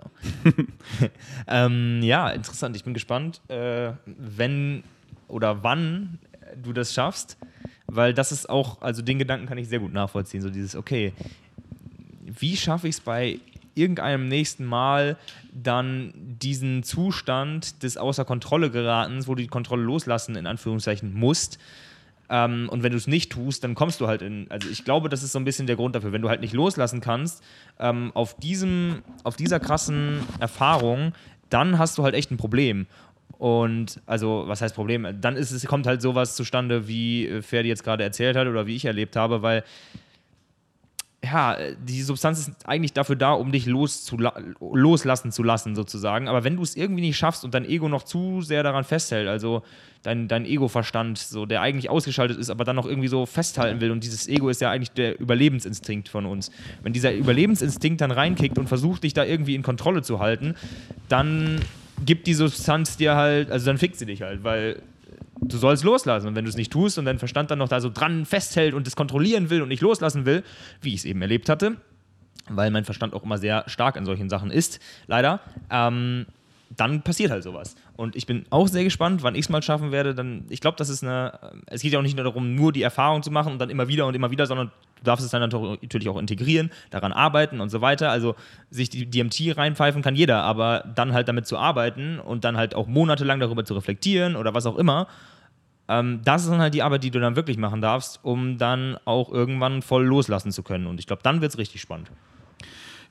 ähm, ja, interessant. Ich bin gespannt, äh, wenn oder wann du das schaffst, weil das ist auch, also den Gedanken kann ich sehr gut nachvollziehen. So dieses, okay, wie schaffe ich es bei irgendeinem nächsten Mal dann diesen Zustand des außer Kontrolle geratens, wo du die Kontrolle loslassen, in Anführungszeichen, musst. Ähm, und wenn du es nicht tust, dann kommst du halt in, also ich glaube, das ist so ein bisschen der Grund dafür, wenn du halt nicht loslassen kannst, ähm, auf diesem, auf dieser krassen Erfahrung, dann hast du halt echt ein Problem. Und also, was heißt Problem? Dann ist es, kommt halt sowas zustande, wie Ferdi jetzt gerade erzählt hat oder wie ich erlebt habe, weil ja, die Substanz ist eigentlich dafür da, um dich loszula- loslassen zu lassen, sozusagen. Aber wenn du es irgendwie nicht schaffst und dein Ego noch zu sehr daran festhält, also dein, dein Ego-Verstand, so, der eigentlich ausgeschaltet ist, aber dann noch irgendwie so festhalten will, und dieses Ego ist ja eigentlich der Überlebensinstinkt von uns. Wenn dieser Überlebensinstinkt dann reinkickt und versucht, dich da irgendwie in Kontrolle zu halten, dann gibt die Substanz dir halt, also dann fickt sie dich halt, weil du sollst loslassen, und wenn du es nicht tust und dein Verstand dann noch da so dran festhält und es kontrollieren will und nicht loslassen will, wie ich es eben erlebt hatte, weil mein Verstand auch immer sehr stark in solchen Sachen ist, leider, ähm, dann passiert halt sowas. Und ich bin auch sehr gespannt, wann ich es mal schaffen werde. Dann, ich glaube, das ist eine, es geht ja auch nicht nur darum, nur die Erfahrung zu machen und dann immer wieder und immer wieder, sondern du darfst es dann natürlich auch integrieren, daran arbeiten und so weiter. Also sich die D M T reinpfeifen kann jeder, aber dann halt damit zu arbeiten und dann halt auch monatelang darüber zu reflektieren oder was auch immer, ähm, das ist dann halt die Arbeit, die du dann wirklich machen darfst, um dann auch irgendwann voll loslassen zu können. Und ich glaube, dann wird es richtig spannend.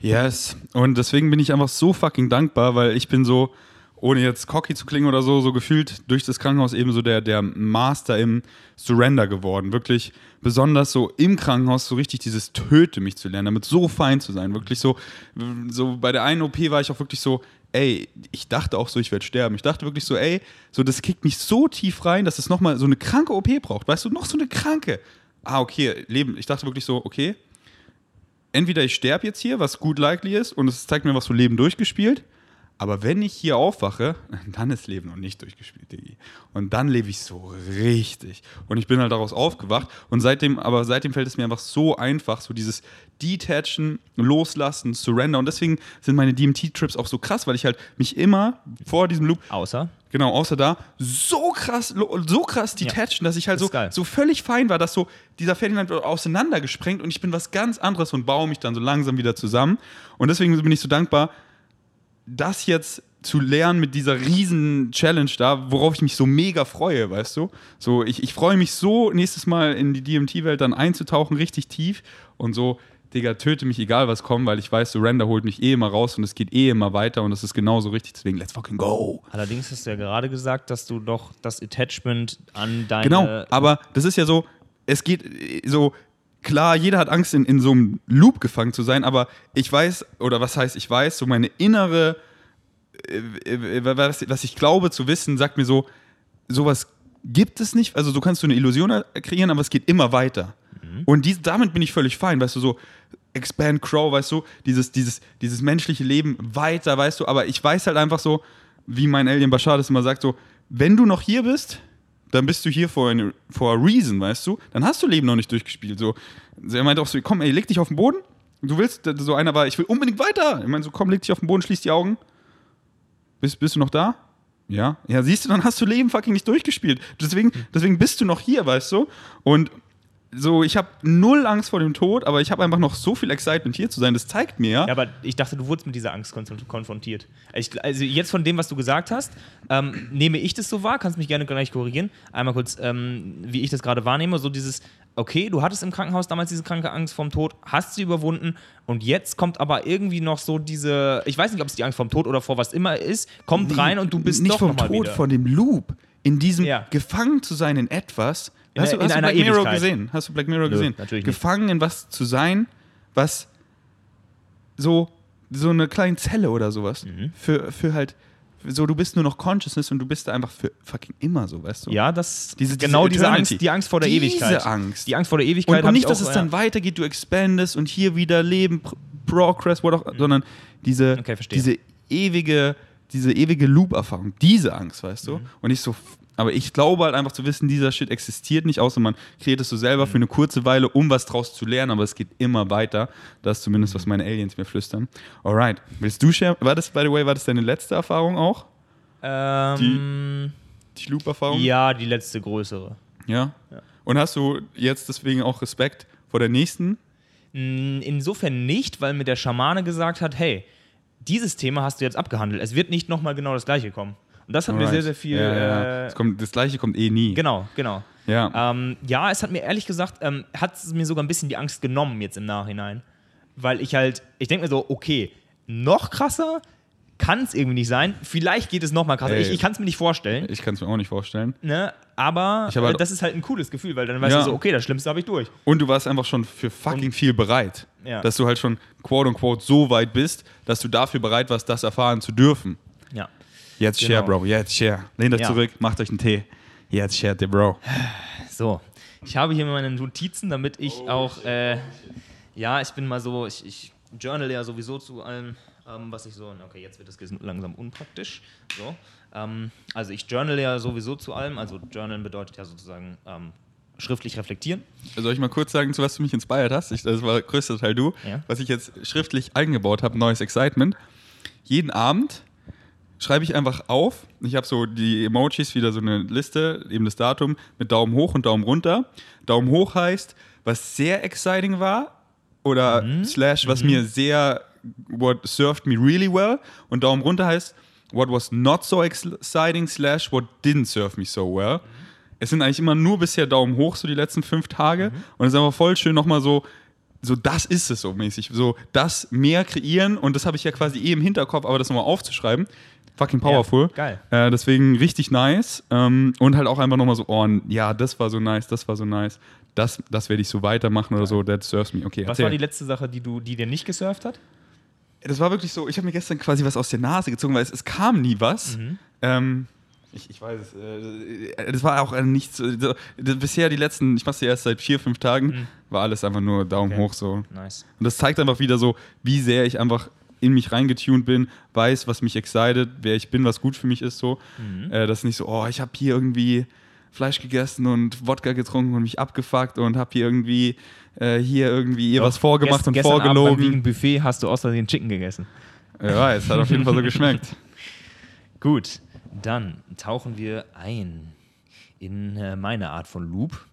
Yes. Und deswegen bin ich einfach so fucking dankbar, weil ich bin so, ohne jetzt cocky zu klingen oder so, so gefühlt durch das Krankenhaus eben so der, der Master im Surrender geworden. Wirklich besonders so im Krankenhaus so richtig dieses Töte mich zu lernen, damit so fein zu sein. Wirklich so, so bei der einen O P war ich auch wirklich so, ey, ich dachte auch so, ich werde sterben. Ich dachte wirklich so, ey, so das kickt mich so tief rein, dass es nochmal so eine kranke O P braucht. Weißt du, noch so eine kranke. Ah, okay, Leben. Ich dachte wirklich so, okay, entweder ich sterbe jetzt hier, was gut likely ist, und es zeigt mir was so Leben durchgespielt, aber wenn ich hier aufwache, dann ist Leben noch nicht durchgespielt, Diggi. Und dann lebe ich so richtig. Und ich bin halt daraus aufgewacht. Und seitdem, aber seitdem fällt es mir einfach so einfach, so dieses Detachen, Loslassen, Surrender. Und deswegen sind meine D M T-Trips auch so krass, weil ich halt mich immer vor diesem Loop, Außer? genau, außer da, so krass, so krass detachen, ja, dass ich halt so, so völlig fein war, dass so dieser Ferdinand wird auseinandergesprengt und ich bin was ganz anderes und baue mich dann so langsam wieder zusammen. Und deswegen bin ich so dankbar, das jetzt zu lernen mit dieser riesen Challenge da, worauf ich mich so mega freue, weißt du? So, ich, ich freue mich so, nächstes Mal in die D M T-Welt dann einzutauchen, richtig tief und so, Digga, töte mich, egal was kommt, weil ich weiß, Surrender holt mich eh immer raus und es geht eh immer weiter und das ist genauso richtig, deswegen let's fucking go. Allerdings hast du ja gerade gesagt, dass du doch das Attachment an deine... Genau, aber das ist ja so, es geht so... Klar, jeder hat Angst, in, in so einem Loop gefangen zu sein, aber ich weiß, oder was heißt ich weiß, so meine innere, äh, was, was ich glaube zu wissen, sagt mir so, sowas gibt es nicht, also so kannst du eine Illusion kreieren, aber es geht immer weiter. Mhm. Und dies, damit bin ich völlig fein, weißt du, so Expand Crow, weißt du, dieses, dieses, dieses menschliche Leben weiter, weißt du, aber ich weiß halt einfach so, wie mein Alien Bashar das immer sagt, so, wenn du noch hier bist, dann bist du hier for a, for a reason, weißt du? Dann hast du Leben noch nicht durchgespielt. So, er meinte auch so, komm, ey, leg dich auf den Boden. Du willst, so einer war, ich will unbedingt weiter. Ich meine so, komm, leg dich auf den Boden, schließ die Augen. Bist, bist du noch da? Ja. Ja, siehst du, dann hast du Leben fucking nicht durchgespielt. Deswegen, deswegen bist du noch hier, weißt du? Und so, ich habe null Angst vor dem Tod, aber ich habe einfach noch so viel Excitement, hier zu sein. Das zeigt mir, ja. Ja, aber ich dachte, du wurdest mit dieser Angst konf- konfrontiert. Ich, also jetzt von dem, was du gesagt hast, ähm, nehme ich das so wahr, kannst mich gerne gleich korrigieren. Einmal kurz, ähm, wie ich das gerade wahrnehme, so dieses, okay, du hattest im Krankenhaus damals diese kranke Angst vorm Tod, hast sie überwunden und jetzt kommt aber irgendwie noch so diese, ich weiß nicht, ob es die Angst vorm Tod oder vor was immer ist, kommt nee, rein und du bist nicht doch vom noch mal Tod, wieder. Von dem Loop, in diesem ja. gefangen zu sein in etwas. In hast der, du, hast in du einer Black Mirror Ewigkeit. gesehen? Hast du Black Mirror Nö, gesehen? Natürlich gefangen nicht. in was zu sein, was so, so eine kleine Zelle oder sowas. Mhm. Für, für halt, so du bist nur noch Consciousness und du bist da einfach für fucking immer so, weißt du? Ja, das diese, genau diese, diese Angst, die Angst vor der diese Ewigkeit. Diese Angst. Die Angst vor der Ewigkeit. Und, und nicht, dass auch, es dann ja. weitergeht, du expandest und hier wieder Leben, Progress, what auch, mhm. sondern diese, okay, diese ewige, diese ewige Loop-Erfahrung, diese Angst, weißt du? Mhm. Und ich so, aber ich glaube halt einfach zu wissen, dieser Shit existiert nicht, außer man kreiert es so selber mhm. für eine kurze Weile, um was draus zu lernen, aber es geht immer weiter. Das ist zumindest, was meine Aliens mir flüstern. Alright, willst du share? War das, by the way, war das deine letzte Erfahrung auch? Ähm, die die Loop-Erfahrung? Ja, die letzte größere. Ja? ja? Und hast du jetzt deswegen auch Respekt vor der nächsten? Insofern nicht, weil mir der Schamane gesagt hat, hey, dieses Thema hast du jetzt abgehandelt. Es wird nicht nochmal genau das Gleiche kommen. Und das hat Alright. mir sehr, sehr viel... Ja, ja. Äh, das, kommt, das Gleiche kommt eh nie. Genau, genau. Ja, ähm, ja es hat mir ehrlich gesagt, ähm, hat es mir sogar ein bisschen die Angst genommen jetzt im Nachhinein. Weil ich halt, ich denke mir so, okay, noch krasser kann es irgendwie nicht sein. Vielleicht geht es noch mal krasser. Ey, ich ich kann es mir nicht vorstellen. Ich kann es mir auch nicht vorstellen. Ne? Aber halt äh, das ist halt ein cooles Gefühl, weil dann weißt ja. du so, okay, das Schlimmste habe ich durch. Und du warst einfach schon für fucking Und, viel bereit. Ja. Dass du halt schon quote unquote so weit bist, dass du dafür bereit warst, das erfahren zu dürfen. Ja. Jetzt genau. share, Bro. Jetzt share. Lehnt euch ja. zurück, macht euch einen Tee. Jetzt share, der Bro. So. Ich habe hier meine Notizen, damit ich oh, auch, äh, ja, ich bin mal so, ich, ich journal ja sowieso zu allem. Ähm, was ich so, okay, jetzt wird das langsam unpraktisch. So, ähm, also ich journal ja sowieso zu allem, also journalen bedeutet ja sozusagen ähm, schriftlich reflektieren. Soll ich mal kurz sagen, zu was du mich inspiriert hast? Ich, das war größter Teil du. Ja. Was ich jetzt schriftlich eingebaut habe, neues Excitement. Jeden Abend schreibe ich einfach auf, ich habe so die Emojis, wieder so eine Liste, eben das Datum mit Daumen hoch und Daumen runter. Daumen hoch heißt, was sehr exciting war oder mhm. slash, was mhm. mir sehr what served me really well, und Daumen runter heißt what was not so exciting slash what didn't serve me so well. Mhm. Es sind eigentlich immer nur bisher Daumen hoch, so die letzten fünf Tage, mhm. und es ist einfach voll schön nochmal so so das ist es so mäßig. So das mehr kreieren und das habe ich ja quasi eh im Hinterkopf, aber das nochmal aufzuschreiben, fucking powerful. Ja, geil. Äh, deswegen richtig nice. Ähm, und halt auch einfach nochmal so, oh, ja, das war so nice, das war so nice. Das, das werde ich so weitermachen oder so, that serves me. Okay, Was erzähl. war die letzte Sache, die, du, die dir nicht gesurft hat? Das war wirklich so, ich habe mir gestern quasi was aus der Nase gezogen, weil es, es kam nie was. Mhm. Ähm, ich, ich weiß es. Äh, das war auch äh, nichts. So, das, bisher die letzten, ich mache es erst seit vier, fünf Tagen, Mhm. war alles einfach nur Daumen Okay. hoch so. Nice. Und das zeigt einfach wieder so, wie sehr ich einfach in mich reingetuned bin, weiß, was mich excited, wer ich bin, was gut für mich ist so. Mhm. Äh, das ist nicht so, oh, ich habe hier irgendwie Fleisch gegessen und Wodka getrunken und mich abgefuckt und habe hier irgendwie äh, hier irgendwie ihr Doch, was vorgemacht gest- und gestern Abend beim vorgelogen. Vegan Buffet hast du außerdem Chicken gegessen. Ja, es hat auf jeden Fall so geschmeckt. Gut, dann tauchen wir ein in äh, meine Art von Loop.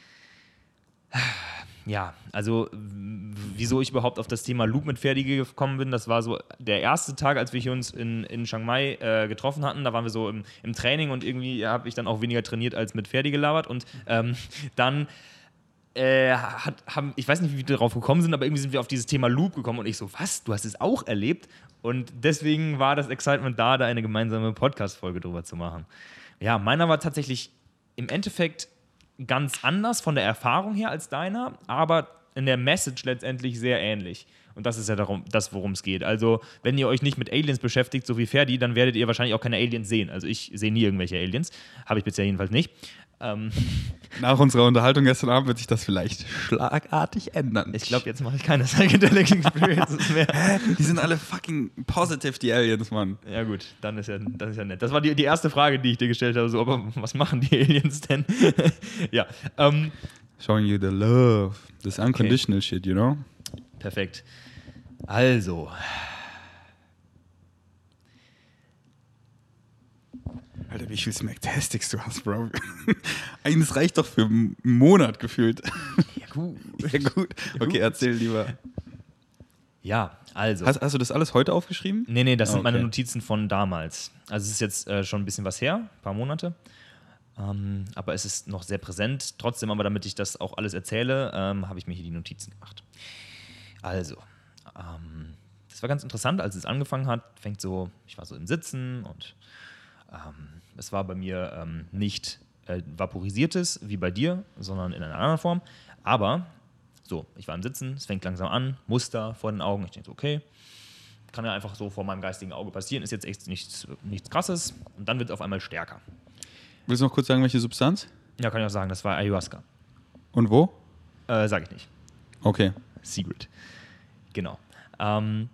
Ja, also w- wieso ich überhaupt auf das Thema Loop mit Ferdi gekommen bin, das war so der erste Tag, als wir hier uns in, in Chiang Mai äh, getroffen hatten. Da waren wir so im, im Training und irgendwie habe ich dann auch weniger trainiert als mit Ferdi gelabert. Und ähm, dann äh, hat, haben, ich weiß nicht, wie wir darauf gekommen sind, aber irgendwie sind wir auf dieses Thema Loop gekommen und ich so, was, du hast es auch erlebt? Und deswegen war das Excitement da, da eine gemeinsame Podcast-Folge drüber zu machen. Ja, meiner war tatsächlich im Endeffekt ganz anders von der Erfahrung her als deiner, aber in der Message letztendlich sehr ähnlich. Und das ist ja darum, das, worum es geht. Also, wenn ihr euch nicht mit Aliens beschäftigt, so wie Ferdi, dann werdet ihr wahrscheinlich auch keine Aliens sehen. Also, ich sehe nie irgendwelche Aliens. Habe ich bisher jedenfalls nicht. Ähm, Nach unserer Unterhaltung gestern Abend wird sich das vielleicht schlagartig ändern. ich glaube, jetzt mache ich keine Psychedelic Experiences mehr. Die sind alle fucking positive, die Aliens, Mann. Ja gut, dann ist ja, das ist ja nett. Das war die, die erste Frage, die ich dir gestellt habe. So, aber was machen die Aliens denn? Ja, ähm, Showing you the love. This unconditional shit, you know? perfekt. Also, Alter, wie viel Smacktastics du hast, Bro. Eines reicht doch für einen Monat gefühlt. ja gut. Ja, gut. Okay, erzähl lieber. Ja, also. Hast, hast du das alles heute aufgeschrieben? Nee, nee, das sind meine Okay. Notizen von damals. Also es ist jetzt äh, schon ein bisschen was her, ein paar Monate. Ähm, aber es ist noch sehr präsent. Trotzdem, aber damit ich das auch alles erzähle, ähm, habe ich mir hier die Notizen gemacht. Also, ähm, das war ganz interessant, als es angefangen hat. Fängt so, ich war so im Sitzen und ähm, es war bei mir ähm, nicht äh, vaporisiertes wie bei dir, sondern in einer anderen Form. Aber so, ich war im Sitzen, es fängt langsam an, Muster vor den Augen. Ich denke so, okay, kann ja einfach so vor meinem geistigen Auge passieren, ist jetzt echt nichts, nichts Krasses. Und dann wird es auf einmal stärker. Willst du noch kurz sagen, welche Substanz? Ja, kann ich auch sagen, das war Ayahuasca. Und wo? Äh, sag ich nicht. Okay. Secret. Genau. Ähm,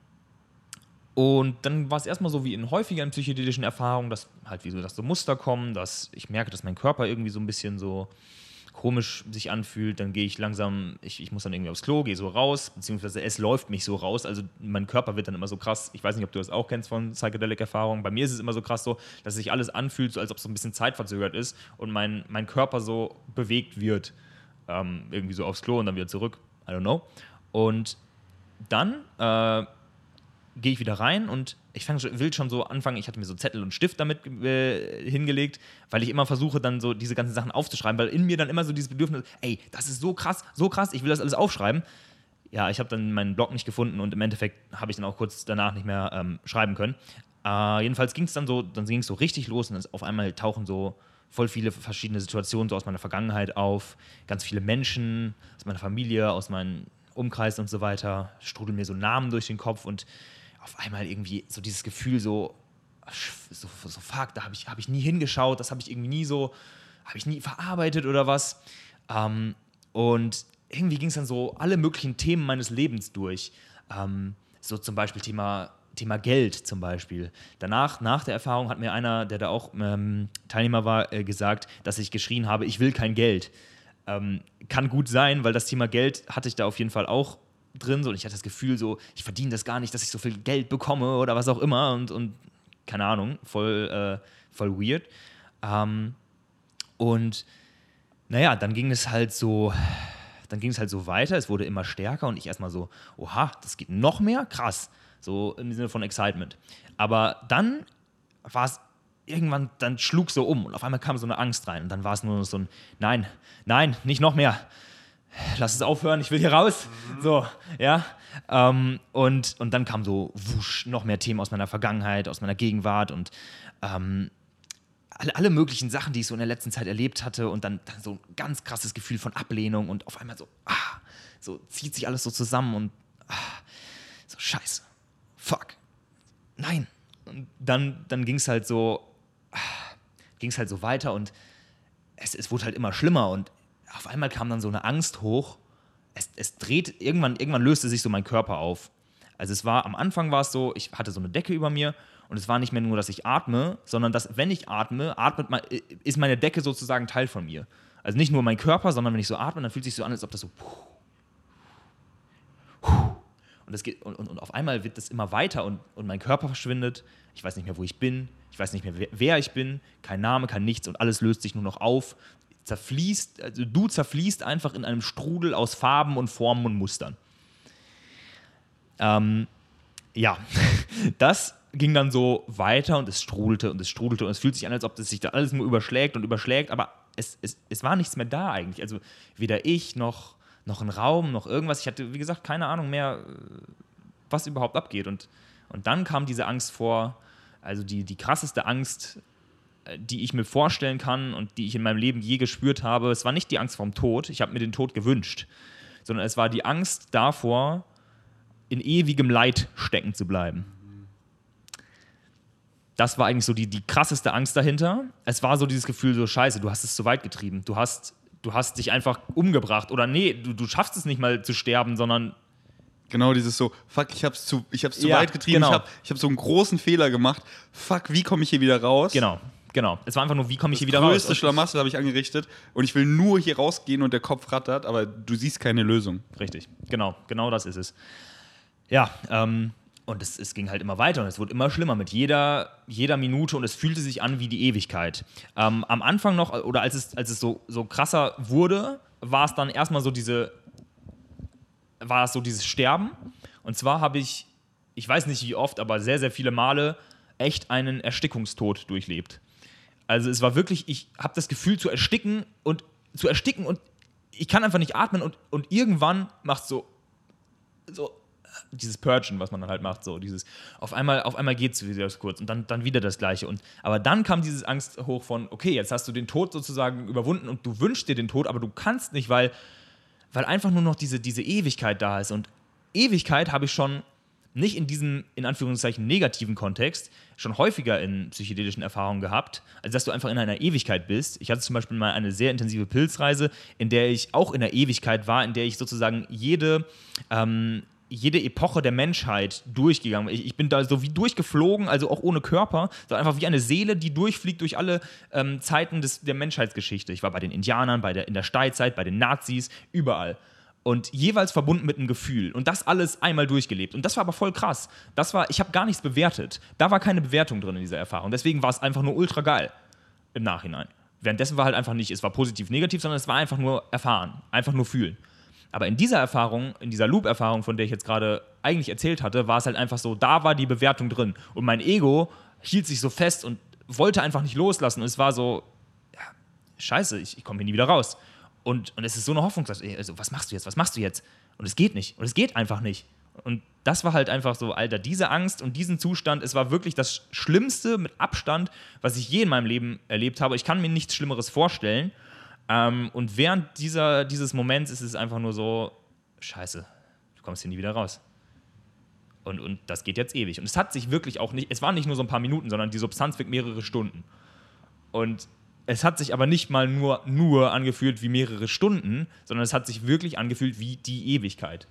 und dann war es erstmal so wie in häufigeren psychedelischen Erfahrungen, dass halt wie so, dass so Muster kommen, dass ich merke, dass mein Körper irgendwie so ein bisschen so komisch sich anfühlt, dann gehe ich langsam, ich, ich muss dann irgendwie aufs Klo, gehe so raus, beziehungsweise es läuft mich so raus, also mein Körper wird dann immer so krass, ich weiß nicht, ob du das auch kennst von Psychedelic-Erfahrungen, bei mir ist es immer so krass so, dass sich alles anfühlt, so als ob es so ein bisschen zeitverzögert ist und mein, mein Körper so bewegt wird, ähm, irgendwie so aufs Klo und dann wieder zurück, I don't know. Und dann äh, gehe ich wieder rein und ich fang, will schon so anfangen, ich hatte mir so Zettel und Stift damit äh, hingelegt, weil ich immer versuche, dann so diese ganzen Sachen aufzuschreiben, weil in mir dann immer so dieses Bedürfnis, ey, das ist so krass, so krass, ich will das alles aufschreiben. Ja, ich habe dann meinen Blog nicht gefunden und im Endeffekt habe ich dann auch kurz danach nicht mehr ähm, schreiben können. Äh, jedenfalls ging es dann so, dann ging es so richtig los und dann auf einmal tauchen so voll viele verschiedene Situationen so aus meiner Vergangenheit auf, ganz viele Menschen aus meiner Familie, aus meinem Umkreis und so weiter, strudeln mir so Namen durch den Kopf und auf einmal irgendwie so dieses Gefühl so, so, so fuck, da habe ich, hab ich nie hingeschaut, das habe ich irgendwie nie so, habe ich nie verarbeitet oder was. Ähm, und irgendwie ging es dann so alle möglichen Themen meines Lebens durch. Ähm, so zum Beispiel Thema, Thema Geld zum Beispiel. Danach, nach der Erfahrung hat mir einer, der da auch ähm, Teilnehmer war, äh, gesagt, dass ich geschrien habe, ich will kein Geld. Ähm, kann gut sein, weil das Thema Geld hatte ich da auf jeden Fall auch drin, so, und ich hatte das Gefühl, so, ich verdiene das gar nicht, dass ich so viel Geld bekomme oder was auch immer und, und keine Ahnung, voll, äh, voll weird. Ähm, und naja, dann ging es halt so, dann ging es halt so weiter, es wurde immer stärker und ich erstmal so, oha, das geht noch mehr? Krass. So im Sinne von Excitement. Aber dann war es irgendwann, dann schlug so um und auf einmal kam so eine Angst rein und dann war es nur so ein, nein, nein, nicht noch mehr. lass es aufhören, ich will hier raus. Mhm. So, ja. Ähm, und, und dann kam so wusch, noch mehr Themen aus meiner Vergangenheit, aus meiner Gegenwart und ähm, alle, alle möglichen Sachen, die ich so in der letzten Zeit erlebt hatte und dann, dann so ein ganz krasses Gefühl von Ablehnung und auf einmal so, ah, so zieht sich alles so zusammen und ah, so scheiße, fuck, nein. Und dann, dann ging es halt so, ah, ging es halt so weiter und es, es wurde halt immer schlimmer und auf einmal kam dann so eine Angst hoch. Es, es dreht, irgendwann, irgendwann löste sich so mein Körper auf. Also es war, am Anfang war es so, ich hatte so eine Decke über mir und es war nicht mehr nur, dass ich atme, sondern dass, wenn ich atme, atmet mein, ist meine Decke sozusagen Teil von mir. Also nicht nur mein Körper, sondern wenn ich so atme, dann fühlt es sich so an, als ob das so und, das geht, und, und, und auf einmal wird das immer weiter und, und mein Körper verschwindet. Ich weiß nicht mehr, wo ich bin. Ich weiß nicht mehr, wer, wer ich bin. Kein Name, kein Nichts und alles löst sich nur noch auf. Zerfließt, also du zerfließt einfach in einem Strudel aus Farben und Formen und Mustern. Ähm, ja, das ging dann so weiter und es strudelte und es strudelte und es fühlt sich an, als ob das sich da alles nur überschlägt und überschlägt, aber es, es, es war nichts mehr da eigentlich. Also weder ich noch, noch ein Raum, noch irgendwas. Ich hatte, wie gesagt, keine Ahnung mehr, was überhaupt abgeht. Und, und dann kam diese Angst vor, also die, die krasseste Angst, die ich mir vorstellen kann und die ich in meinem Leben je gespürt habe. Es war nicht die Angst vorm Tod, ich habe mir den Tod gewünscht, sondern es war die Angst davor, in ewigem Leid stecken zu bleiben. Das war eigentlich so die, die krasseste Angst dahinter. Es war so dieses Gefühl, so scheiße, du hast es zu weit getrieben. Du hast, du hast dich einfach umgebracht. Oder nee, du, du schaffst es nicht mal zu sterben, sondern genau dieses so, fuck, ich hab's zu, ich hab's zu ja, weit getrieben, genau. ich hab, ich hab so einen großen Fehler gemacht. Fuck, wie komme ich hier wieder raus? Genau. Genau, es war einfach nur, wie komme ich hier wieder raus? raus? Das größte Schlamassel habe ich angerichtet und ich will nur hier rausgehen und der Kopf rattert, aber du siehst keine Lösung. Richtig, genau, genau das ist es. Ja, ähm, und es, es ging halt immer weiter und es wurde immer schlimmer mit jeder, jeder Minute und es fühlte sich an wie die Ewigkeit. Ähm, am Anfang noch, oder als es, als es so, so krasser wurde, war es dann erstmal so diese, war es so dieses Sterben. Und zwar habe ich, ich weiß nicht wie oft, aber sehr, sehr viele Male echt einen Erstickungstod durchlebt. Also es war wirklich, ich habe das Gefühl zu ersticken und zu ersticken und ich kann einfach nicht atmen und, und irgendwann macht so, so dieses Purgen, was man dann halt macht, so dieses, auf einmal, auf einmal geht es wieder kurz und dann, dann wieder das Gleiche. Und, aber dann kam dieses Angst hoch von, okay, jetzt hast du den Tod sozusagen überwunden und du wünschst dir den Tod, aber du kannst nicht, weil, weil einfach nur noch diese, diese Ewigkeit da ist. Und Ewigkeit habe ich schon nicht in diesem, in Anführungszeichen, negativen Kontext, schon häufiger in psychedelischen Erfahrungen gehabt, als dass du einfach in einer Ewigkeit bist. Ich hatte zum Beispiel mal eine sehr intensive Pilzreise, in der ich auch in der Ewigkeit war, in der ich sozusagen jede, ähm, jede Epoche der Menschheit durchgegangen bin. Ich, ich bin da so wie durchgeflogen, also auch ohne Körper, sondern einfach wie eine Seele, die durchfliegt durch alle ähm, Zeiten des, der Menschheitsgeschichte. Ich war bei den Indianern, bei der, in der Steinzeit, bei den Nazis, überall. Und jeweils verbunden mit einem Gefühl. Und das alles einmal durchgelebt. Und das war aber voll krass. Das war, ich habe gar nichts bewertet. Da war keine Bewertung drin in dieser Erfahrung. Deswegen war es einfach nur ultra geil im Nachhinein. Währenddessen war halt einfach nicht, es war positiv, negativ, sondern es war einfach nur erfahren. Einfach nur fühlen. Aber in dieser Erfahrung, in dieser Loop-Erfahrung, von der ich jetzt gerade eigentlich erzählt hatte, war es halt einfach so, da war die Bewertung drin. Und mein Ego hielt sich so fest und wollte einfach nicht loslassen. Und es war so, ja, scheiße, ich, ich komme hier nie wieder raus. Und, und es ist so eine Hoffnung, also, was machst du jetzt, was machst du jetzt? Und es geht nicht. Und es geht einfach nicht. Und das war halt einfach so, Alter, diese Angst und diesen Zustand, es war wirklich das Schlimmste mit Abstand, was ich je in meinem Leben erlebt habe. Ich kann mir nichts Schlimmeres vorstellen. Ähm, und während dieser, dieses Moments ist es einfach nur so, scheiße, du kommst hier nie wieder raus. Und, und das geht jetzt ewig. Und es hat sich wirklich auch nicht, es waren nicht nur so ein paar Minuten, sondern die Substanz wirkt mehrere Stunden. Und es hat sich aber nicht mal nur, nur angefühlt wie mehrere Stunden, sondern es hat sich wirklich angefühlt wie die Ewigkeit.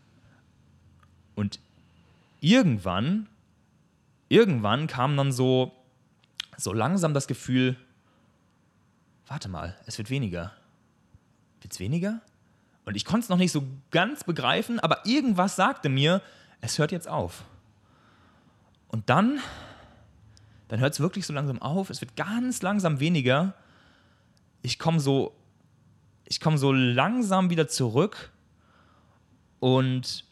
Und irgendwann, irgendwann kam dann so, so langsam das Gefühl, warte mal, es wird weniger. Wird's weniger? Und ich konnte es noch nicht so ganz begreifen, aber irgendwas sagte mir, es hört jetzt auf. Und dann... dann hört es wirklich so langsam auf, es wird ganz langsam weniger. Ich komme so, ich komme so langsam wieder zurück und,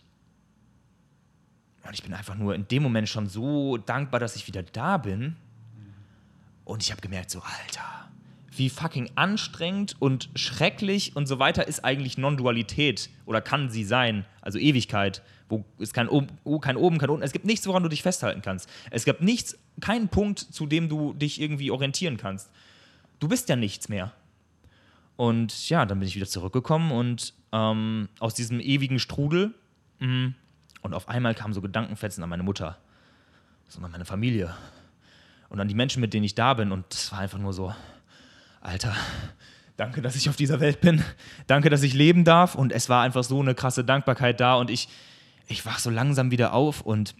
und ich bin einfach nur in dem Moment schon so dankbar, dass ich wieder da bin. Und ich habe gemerkt, so, Alter, wie fucking anstrengend und schrecklich und so weiter ist eigentlich Non-Dualität oder kann sie sein, also Ewigkeit, wo es kein, o- kein oben, kein unten, es gibt nichts, woran du dich festhalten kannst. Es gibt nichts, keinen Punkt, zu dem du dich irgendwie orientieren kannst. Du bist ja nichts mehr. Und ja, dann bin ich wieder zurückgekommen und ähm, aus diesem ewigen Strudel mh, und auf einmal kamen so Gedankenfetzen an meine Mutter, so an meine Familie und an die Menschen, mit denen ich da bin und es war einfach nur so, Alter, danke, dass ich auf dieser Welt bin. Danke, dass ich leben darf. Und es war einfach so eine krasse Dankbarkeit da. Und ich, ich wach so langsam wieder auf und,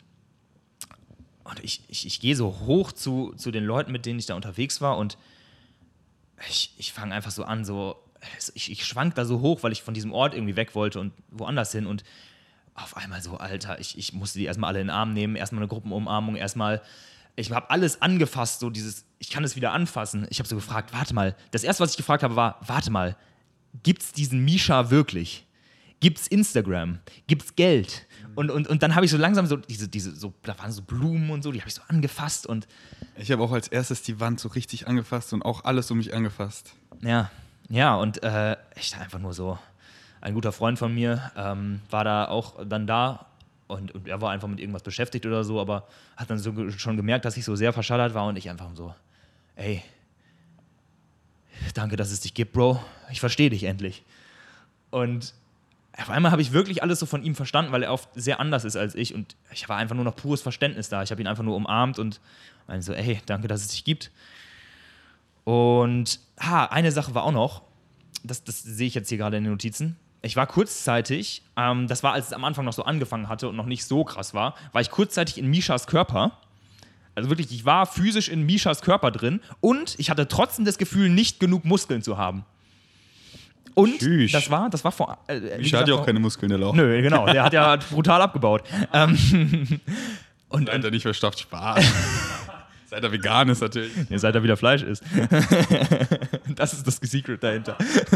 und ich, ich, ich gehe so hoch zu, zu den Leuten, mit denen ich da unterwegs war. Und ich, ich fange einfach so an, so, ich, ich schwank da so hoch, weil ich von diesem Ort irgendwie weg wollte und woanders hin. Und auf einmal so, Alter, ich, ich musste die erstmal alle in den Arm nehmen. Erstmal eine Gruppenumarmung, erstmal... Ich habe alles angefasst, so dieses, ich kann es wieder anfassen. Ich habe so gefragt, warte mal. Das erste, was ich gefragt habe, war, warte mal, gibt's diesen Misha wirklich? Gibt's Instagram? Gibt's Geld? Und, und, und dann habe ich so langsam so, diese, diese, so, da waren so Blumen und so, die habe ich so angefasst und. Ich habe auch als erstes die Wand so richtig angefasst und auch alles um mich angefasst. Ja, ja, und äh, ich dachte einfach nur so, ein guter Freund von mir ähm, war da auch dann da. Und, und er war einfach mit irgendwas beschäftigt oder so, aber hat dann so ge- schon gemerkt, dass ich so sehr verschallert war und ich einfach so, ey, danke, dass es dich gibt, Bro. Ich verstehe dich endlich. Und auf einmal habe ich wirklich alles so von ihm verstanden, weil er oft sehr anders ist als ich und ich war einfach nur noch pures Verständnis da. Ich habe ihn einfach nur umarmt und meinte so, ey, danke, dass es dich gibt. Und ha, eine Sache war auch noch, das, das sehe ich jetzt hier gerade in den Notizen. Ich war kurzzeitig, ähm, das war, als es am Anfang noch so angefangen hatte und noch nicht so krass war, war ich kurzzeitig in Mishas Körper. Also wirklich, ich war physisch in Mishas Körper drin und ich hatte trotzdem das Gefühl, nicht genug Muskeln zu haben. Und Tschüss. das war, das war vor... Äh, wie Misha gesagt, hat ja auch vor- keine Muskeln, der Lauch. Nö, genau, der hat ja brutal abgebaut. Ähm, und, Seid ihr nicht verstafft, Spaß. Seit er vegan ist natürlich. Ja, seit er wieder Fleisch isst. Das ist das Secret dahinter.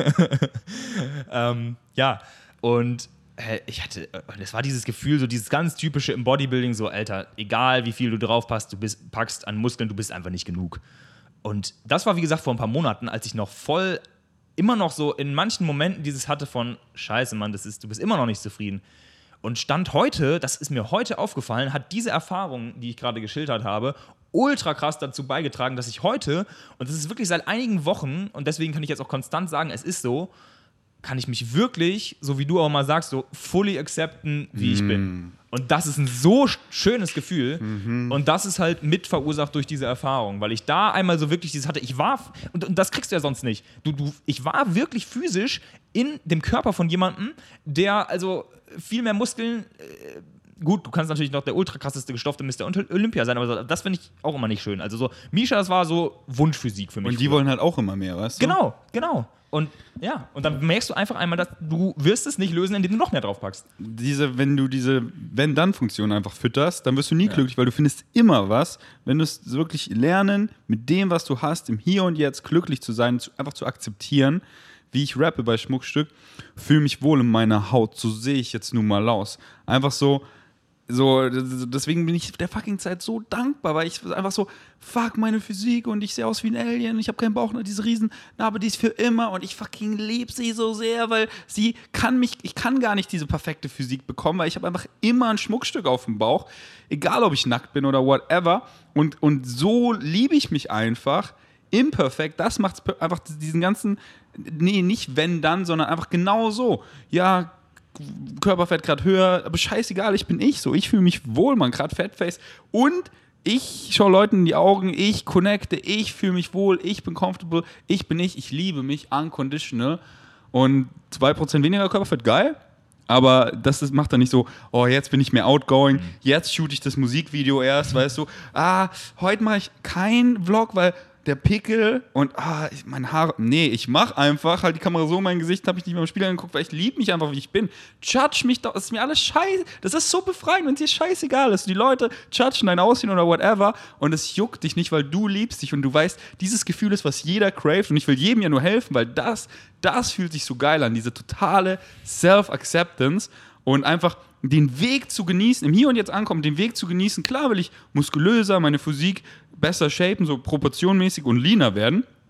ähm, ja, und äh, ich hatte, es war dieses Gefühl, so dieses ganz typische im Bodybuilding, so, Alter, egal wie viel du drauf passt, du bist, packst an Muskeln, du bist einfach nicht genug. Und das war, wie gesagt, vor ein paar Monaten, als ich noch voll, immer noch so in manchen Momenten dieses hatte von, scheiße, Mann, das ist, du bist immer noch nicht zufrieden. Und Stand heute, das ist mir heute aufgefallen, hat diese Erfahrung, die ich gerade geschildert habe, ultra krass dazu beigetragen, dass ich heute, und das ist wirklich seit einigen Wochen, und deswegen kann ich jetzt auch konstant sagen, es ist so, kann ich mich wirklich, so wie du auch mal sagst, so fully accepten, wie ich bin. Und das ist ein so sch- schönes Gefühl. Mhm. Und das ist halt mit verursacht durch diese Erfahrung, weil ich da einmal so wirklich dieses hatte, ich war, und, und das kriegst du ja sonst nicht, du, du, ich war wirklich physisch in dem Körper von jemandem, der also viel mehr Muskeln, äh, gut, du kannst natürlich noch der ultra krasseste gestofte Mister Olympia sein, aber das finde ich auch immer nicht schön. Also so, Misha, das war so Wunschphysik für mich. Und die früher. wollen halt auch immer mehr, weißt du? Genau, genau. Und ja, und dann merkst du einfach einmal, dass du wirst es nicht lösen, indem du noch mehr drauf packst. Diese, wenn du diese Wenn-Dann-Funktion einfach fütterst, dann wirst du nie ja. glücklich, weil du findest immer was, wenn du es wirklich lernen, mit dem, was du hast, im Hier und Jetzt glücklich zu sein, zu, einfach zu akzeptieren, wie ich rappe bei Schmuckstück, fühle mich wohl in meiner Haut, so sehe ich jetzt nun mal aus. Einfach so, so, deswegen bin ich der fucking Zeit so dankbar, weil ich einfach so, fuck meine Physik und ich sehe aus wie ein Alien, ich habe keinen Bauch, diese Riesennarbe, die ist für immer und ich fucking liebe sie so sehr, weil sie kann mich, ich kann gar nicht diese perfekte Physik bekommen, weil ich habe einfach immer ein Schmuckstück auf dem Bauch, egal ob ich nackt bin oder whatever und, und so liebe ich mich einfach, imperfekt, das macht einfach diesen ganzen, nee, nicht wenn dann, sondern einfach genau so, ja, Körperfett gerade höher, aber scheißegal, ich bin ich so, ich fühle mich wohl, man, gerade Fatface und ich schaue Leuten in die Augen, ich connecte, ich fühle mich wohl, ich bin comfortable, ich bin ich, ich liebe mich unconditional und zwei Prozent weniger Körperfett, geil, aber das ist, macht dann nicht so, oh, jetzt bin ich mehr outgoing, jetzt shoot ich das Musikvideo erst, weißt du, ah, heute mache ich keinen Vlog, weil der Pickel und ah, ich, mein Haar. Nee, ich mach einfach halt die Kamera so in mein Gesicht, habe ich nicht mehr im Spiegel angeguckt, weil ich liebe mich einfach, wie ich bin. Judge mich doch, das ist mir alles scheiße. Das ist so befreiend, wenn es dir scheißegal ist. Die Leute judgen dein Aussehen oder whatever und es juckt dich nicht, weil du liebst dich und du weißt, dieses Gefühl ist, was jeder cravet und ich will jedem ja nur helfen, weil das, das fühlt sich so geil an, diese totale Self-Acceptance und einfach den Weg zu genießen, im Hier und Jetzt ankommen, den Weg zu genießen. Klar will ich muskulöser, meine Physik besser shapen, so proportionmäßig und leaner werden.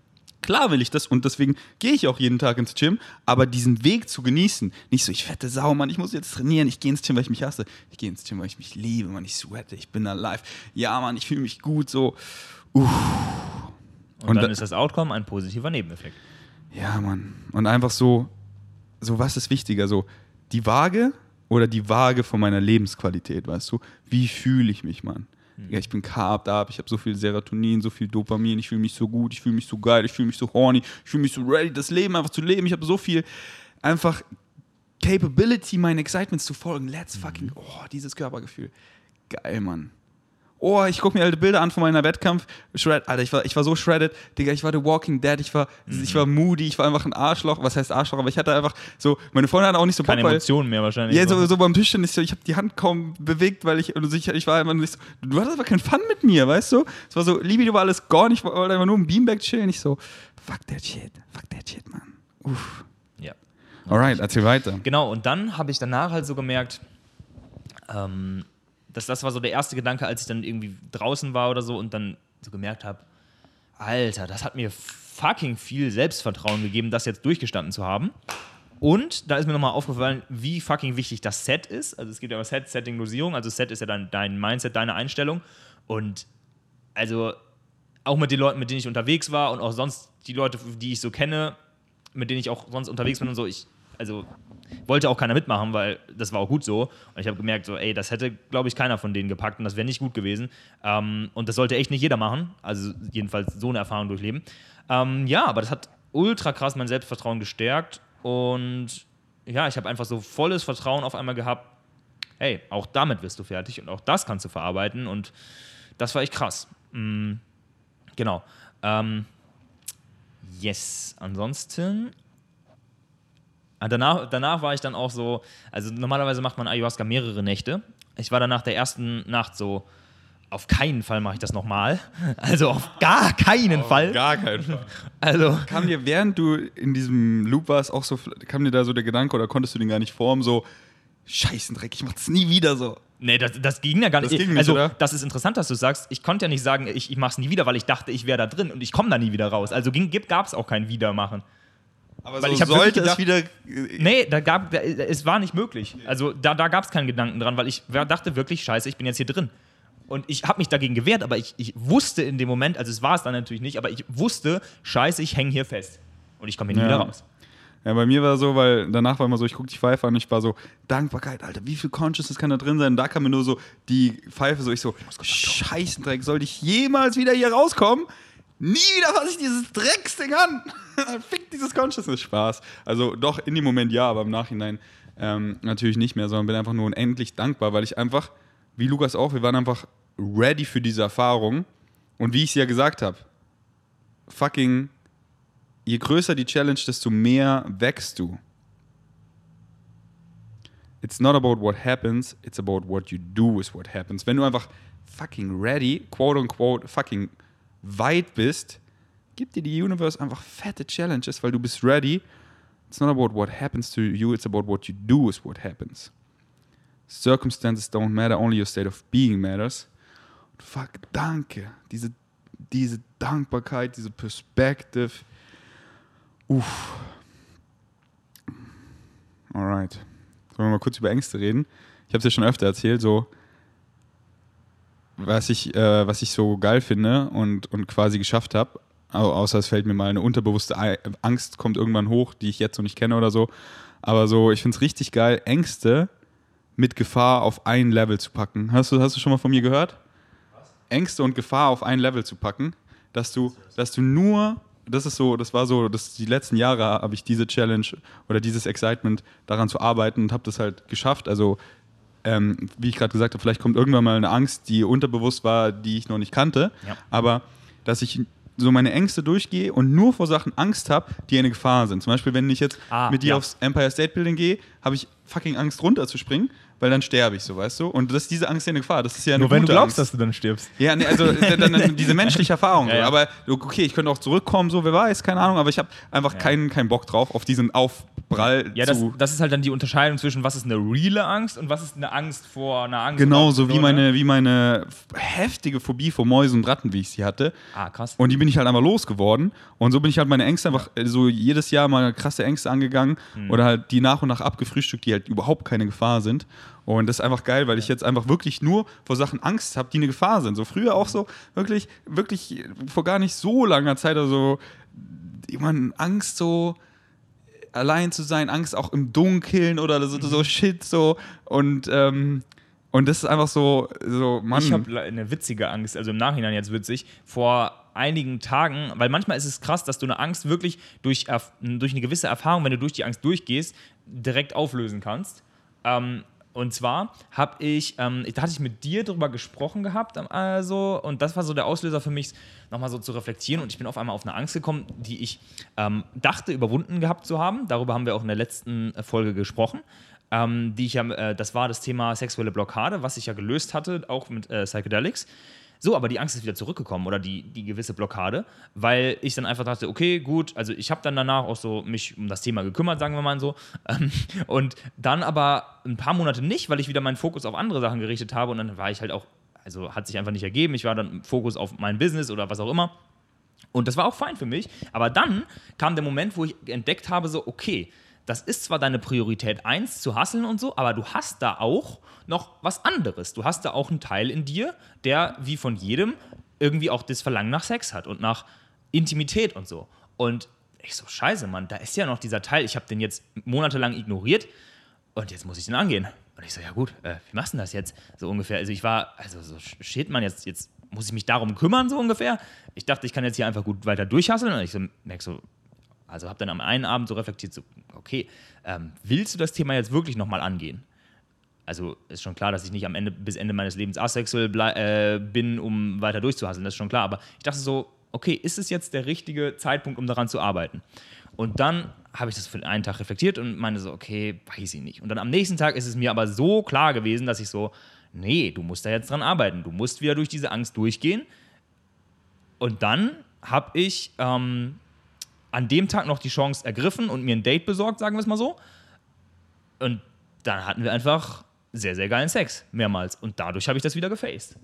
Klar will ich das und deswegen gehe ich auch jeden Tag ins Gym, aber diesen Weg zu genießen, nicht so, ich fette Sau, Mann, ich muss jetzt trainieren, ich gehe ins Gym, weil ich mich hasse, ich gehe ins Gym, weil ich mich liebe, Mann, ich sweate, ich bin alive, ja, Mann, ich fühle mich gut, so, uff. Und, und dann da, ist das Outcome ein positiver Nebeneffekt. Ja, Mann, und einfach so, so, was ist wichtiger, so, die Waage oder die Waage von meiner Lebensqualität, weißt du, wie fühle ich mich, Mann? Ja, ich bin carved up, ich habe so viel Serotonin, so viel Dopamin, ich fühle mich so gut, ich fühle mich so geil, ich fühle mich so horny, ich fühle mich so ready, das Leben einfach zu leben. Ich habe so viel einfach Capability, meinen Excitements zu folgen. Let's fucking, oh, dieses Körpergefühl. Geil, Mann. Oh, ich gucke mir alte Bilder an von meiner Wettkampf. Shred, Alter, ich war, ich war so shredded. Digga, ich war The Walking Dead, ich war, mhm. ich war moody, ich war einfach ein Arschloch. Was heißt Arschloch? Aber ich hatte einfach so, meine Freundin hat auch nicht so Bock, keine Emotionen mehr wahrscheinlich. Ja, so, so beim Tischchen, ich, so, ich habe die Hand kaum bewegt, weil ich, und ich, ich war einfach nicht so, du hattest aber keinen Fun mit mir, weißt du? Es war so, Libido war alles gone, ich wollte einfach nur im Beanbag chillen. Ich so, fuck that shit, fuck that shit, Mann. Uff. Ja. Alright, erzähl weiter. Genau, und dann habe ich danach halt so gemerkt, ähm, Das, das war so der erste Gedanke, als ich dann irgendwie draußen war oder so und dann so gemerkt habe, Alter, das hat mir fucking viel Selbstvertrauen gegeben, das jetzt durchgestanden zu haben. Und da ist mir nochmal aufgefallen, wie fucking wichtig das Set ist. Also es gibt ja immer Set, Setting, Dosierung. Also Set ist ja dein, dein Mindset, deine Einstellung. Und also auch mit den Leuten, mit denen ich unterwegs war und auch sonst die Leute, die ich so kenne, mit denen ich auch sonst unterwegs bin und so, ich, also wollte auch keiner mitmachen, weil das war auch gut so. Und ich habe gemerkt, so, ey, das hätte, glaube ich, keiner von denen gepackt und das wäre nicht gut gewesen. Ähm, und das sollte echt nicht jeder machen. Also jedenfalls so eine Erfahrung durchleben. Ähm, ja, aber das hat ultra krass mein Selbstvertrauen gestärkt. Und ja, ich habe einfach so volles Vertrauen auf einmal gehabt, hey, auch damit wirst du fertig und auch das kannst du verarbeiten. Und das war echt krass. Mhm, genau. Ähm, yes, ansonsten... Danach, danach war ich dann auch so, also normalerweise macht man Ayahuasca mehrere Nächte. Ich war dann nach der ersten Nacht so, auf keinen Fall mache ich das nochmal. Also auf gar keinen auf Fall. gar keinen Fall. Also kam dir, während du in diesem Loop warst, auch so, kam dir da so der Gedanke oder konntest du den gar nicht formen, so, Scheißendreck, ich mach's nie wieder so. Nee, das, das ging ja gar nicht. Das ging nicht, also, oder? Das ist interessant, dass du sagst, ich konnte ja nicht sagen, ich, ich mach's nie wieder, weil ich dachte, ich wäre da drin und ich komme da nie wieder raus. Also gab es auch kein Wiedermachen. Aber Weil so ich sollte gedacht, es wieder... Nee, da gab, da, es war nicht möglich. Also da, da gab es keinen Gedanken dran, weil ich dachte wirklich, scheiße, ich bin jetzt hier drin. Und ich habe mich dagegen gewehrt, aber ich, ich wusste in dem Moment, also es war es dann natürlich nicht, aber ich wusste, scheiße, ich hänge hier fest. Und ich komme hier nie ja. wieder raus. Ja, bei mir war so, weil danach war immer so, ich guck die Pfeife an und ich war so, Dankbarkeit, Alter, wie viel Consciousness kann da drin sein? Und da kam mir nur so die Pfeife so, ich so, Scheißendreck, soll ich jemals wieder hier rauskommen? Nie wieder fasse ich dieses Drecksding an. Fick dieses Consciousness. Spaß. Also doch in dem Moment ja, aber im Nachhinein ähm, natürlich nicht mehr, sondern bin einfach nur unendlich dankbar, weil ich einfach, wie Lukas auch, wir waren einfach ready für diese Erfahrung. Und wie ich es ja gesagt habe, fucking, je größer die Challenge, desto mehr wächst du. It's not about what happens, it's about what you do with what happens. Wenn du einfach fucking ready, quote unquote, fucking weit bist, gibt dir die Universe einfach fette Challenges, weil du bist ready. It's not about what happens to you, it's about what you do with what happens. Circumstances don't matter, only your state of being matters. Und fuck, danke. Diese, diese Dankbarkeit, diese Perspective. Uff. Alright. Sollen wir mal kurz über Ängste reden? Ich habe es ja schon öfter erzählt, so was ich, äh, was ich so geil finde und, und quasi geschafft habe, außer es fällt mir mal eine unterbewusste Angst, kommt irgendwann hoch, die ich jetzt noch nicht kenne oder so, aber so, ich finde es richtig geil, Ängste mit Gefahr auf ein Level zu packen. Hast du, hast du schon mal von mir gehört? Was? Ängste und Gefahr auf ein Level zu packen, dass du, dass du nur, das ist so, das war so, das, die letzten Jahre habe ich diese Challenge oder dieses Excitement daran zu arbeiten und habe das halt geschafft, also Ähm, wie ich gerade gesagt habe, vielleicht kommt irgendwann mal eine Angst, die unterbewusst war, die ich noch nicht kannte. Ja. Aber dass ich so meine Ängste durchgehe und nur vor Sachen Angst habe, die eine Gefahr sind. Zum Beispiel, wenn ich jetzt ah, mit dir ja. aufs Empire State Building gehe, habe ich fucking Angst runterzuspringen, weil dann sterbe ich so, weißt du? Und das ist diese Angst ja eine Gefahr. Das ist ja eine Nur wenn gute du glaubst, Angst. dass du dann stirbst. Ja, nee, also dann, dann diese menschliche Erfahrung. Ja, ja. Aber okay, ich könnte auch zurückkommen, so wer weiß, keine Ahnung, aber ich habe einfach ja. keinen, keinen Bock drauf, auf diesen auf prall ja, zu... das, das ist halt dann die Unterscheidung zwischen, was ist eine reale Angst und was ist eine Angst vor einer Angst. Genau, so wie meine, wie meine heftige Phobie vor Mäusen und Ratten, wie ich sie hatte. Ah, krass. Und die bin ich halt einfach losgeworden. Und so bin ich halt meine Ängste einfach ja. so jedes Jahr mal krasse Ängste angegangen. Mhm. Oder halt die nach und nach abgefrühstückt, die halt überhaupt keine Gefahr sind. Und das ist einfach geil, weil ich jetzt einfach wirklich nur vor Sachen Angst habe, die eine Gefahr sind. So früher auch so wirklich, wirklich vor gar nicht so langer Zeit oder so, man Angst so allein zu sein, Angst auch im Dunkeln oder so, so Shit so und ähm, und das ist einfach so, so Mann. Ich habe eine witzige Angst, also im Nachhinein jetzt witzig, vor einigen Tagen, weil manchmal ist es krass, dass du eine Angst wirklich durch, durch eine gewisse Erfahrung, wenn du durch die Angst durchgehst, direkt auflösen kannst. Ähm, Und zwar habe ich, ähm, da hatte ich mit dir drüber gesprochen gehabt, also, und das war so der Auslöser für mich, nochmal so zu reflektieren. Und ich bin auf einmal auf eine Angst gekommen, die ich ähm, dachte, überwunden gehabt zu haben. Darüber haben wir auch in der letzten Folge gesprochen. Ähm, die ich ja, äh, das war das Thema sexuelle Blockade, was ich ja gelöst hatte, auch mit äh, Psychedelics. So, aber die Angst ist wieder zurückgekommen oder die, die gewisse Blockade, weil ich dann einfach dachte, okay, gut, also ich habe dann danach auch so mich um das Thema gekümmert, sagen wir mal so, ähm, und dann aber ein paar Monate nicht, weil ich wieder meinen Fokus auf andere Sachen gerichtet habe und dann war ich halt auch, also hat sich einfach nicht ergeben, ich war dann im Fokus auf mein Business oder was auch immer und das war auch fein für mich, aber dann kam der Moment, wo ich entdeckt habe, so, okay, das ist zwar deine Priorität eins, zu hustlen und so, aber du hast da auch noch was anderes. Du hast da auch einen Teil in dir, der wie von jedem irgendwie auch das Verlangen nach Sex hat und nach Intimität und so. Und ich so, scheiße, Mann, da ist ja noch dieser Teil, ich habe den jetzt monatelang ignoriert und jetzt muss ich den angehen. Und ich so, ja gut, äh, wie machst du denn das jetzt? So ungefähr. Also ich war, also so, shit, Mann, jetzt, jetzt muss ich mich darum kümmern, so ungefähr. Ich dachte, ich kann jetzt hier einfach gut weiter durchhasseln und ich so, merke so, also habe dann am einen Abend so reflektiert, so, okay, ähm, willst du das Thema jetzt wirklich nochmal angehen? Also ist schon klar, dass ich nicht am Ende bis Ende meines Lebens asexuell blei- äh, bin, um weiter durchzuhasseln, das ist schon klar. Aber ich dachte so, okay, ist es jetzt der richtige Zeitpunkt, um daran zu arbeiten? Und dann habe ich das für einen Tag reflektiert und meine so, okay, weiß ich nicht. Und dann am nächsten Tag ist es mir aber so klar gewesen, dass ich so, nee, du musst da jetzt dran arbeiten. Du musst wieder durch diese Angst durchgehen. Und dann habe ich ähm, an dem Tag noch die Chance ergriffen und mir ein Date besorgt, sagen wir es mal so. Und dann hatten wir einfach sehr, sehr geilen Sex, mehrmals. Und dadurch habe ich das wieder gefaced.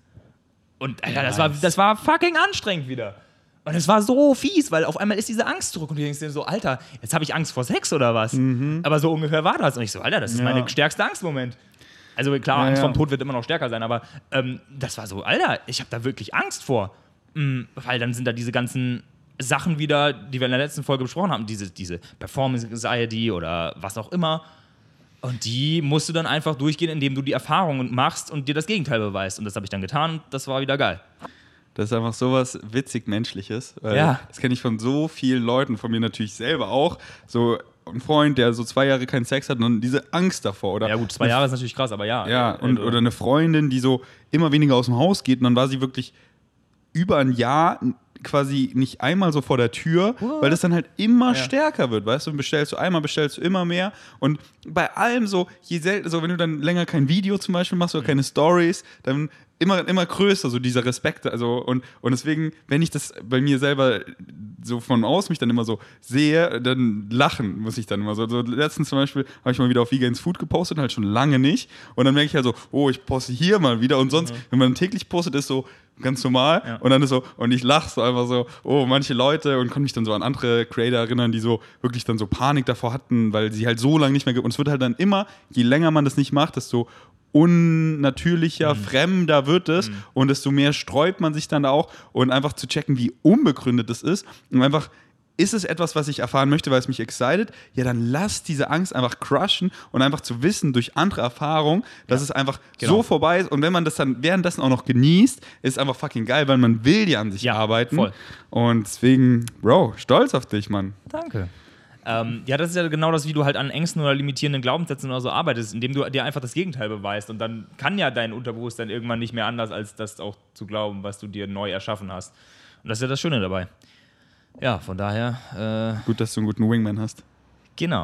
Und Alter, das war, das war fucking anstrengend wieder. Und es war so fies, weil auf einmal ist diese Angst zurück und du denkst dir so, Alter, jetzt habe ich Angst vor Sex oder was? Mhm. Aber so ungefähr war das. Und ich so, Alter, das ist ja. mein stärkster Angstmoment. Also klar, ja, Angst ja. vom Tod wird immer noch stärker sein, aber ähm, das war so, Alter, ich habe da wirklich Angst vor. Mhm, weil dann sind da diese ganzen Sachen wieder, die wir in der letzten Folge besprochen haben, diese, diese Performance Anxiety oder was auch immer. Und die musst du dann einfach durchgehen, indem du die Erfahrungen machst und dir das Gegenteil beweist. Und das habe ich dann getan und das war wieder geil. Das ist einfach sowas witzig Menschliches. Weil ja. Das kenne ich von so vielen Leuten, von mir natürlich selber auch. So ein Freund, der so zwei Jahre keinen Sex hat und diese Angst davor. Oder ja gut, zwei Jahre ist natürlich krass, aber ja. Ja, und, oder eine Freundin, die so immer weniger aus dem Haus geht und dann war sie wirklich über ein Jahr quasi nicht einmal so vor der Tür, What? Weil das dann halt immer ja. stärker wird, weißt du, und bestellst du einmal, bestellst du immer mehr und bei allem so, je selten, so wenn du dann länger kein Video zum Beispiel machst oder mhm. keine Stories, dann immer, immer größer, so dieser Respekt, also und, und deswegen, wenn ich das bei mir selber so von außen mich dann immer so sehe, dann lachen muss ich dann immer so. so letztens zum Beispiel habe ich mal wieder auf Vegans Food gepostet, halt schon lange nicht und dann merke ich halt so, oh, ich poste hier mal wieder und sonst, mhm. wenn man täglich postet, ist so ganz normal ja. und dann ist so, und ich lache so einfach so, oh, manche Leute und konnte mich dann so an andere Creator erinnern, die so wirklich dann so Panik davor hatten, weil sie halt so lange nicht mehr, und es wird halt dann immer, je länger man das nicht macht, desto unnatürlicher, mhm. fremder wird es mhm. und desto mehr sträubt man sich dann auch und einfach zu checken, wie unbegründet das ist und einfach, ist es etwas, was ich erfahren möchte, weil es mich excited? Ja, dann lass diese Angst einfach crushen und einfach zu wissen durch andere Erfahrungen, dass ja, es einfach genau. so vorbei ist. Und wenn man das dann währenddessen auch noch genießt, ist es einfach fucking geil, weil man will ja an sich ja, arbeiten. Voll. Und deswegen, Bro, stolz auf dich, Mann. Danke. Ähm, ja, das ist ja genau das, wie du halt an Ängsten oder limitierenden Glaubenssätzen oder so arbeitest, indem du dir einfach das Gegenteil beweist. Und dann kann ja dein Unterbewusstsein irgendwann nicht mehr anders, als das auch zu glauben, was du dir neu erschaffen hast. Und das ist ja das Schöne dabei. Ja, von daher... Äh Gut, dass du einen guten Wingman hast. Genau.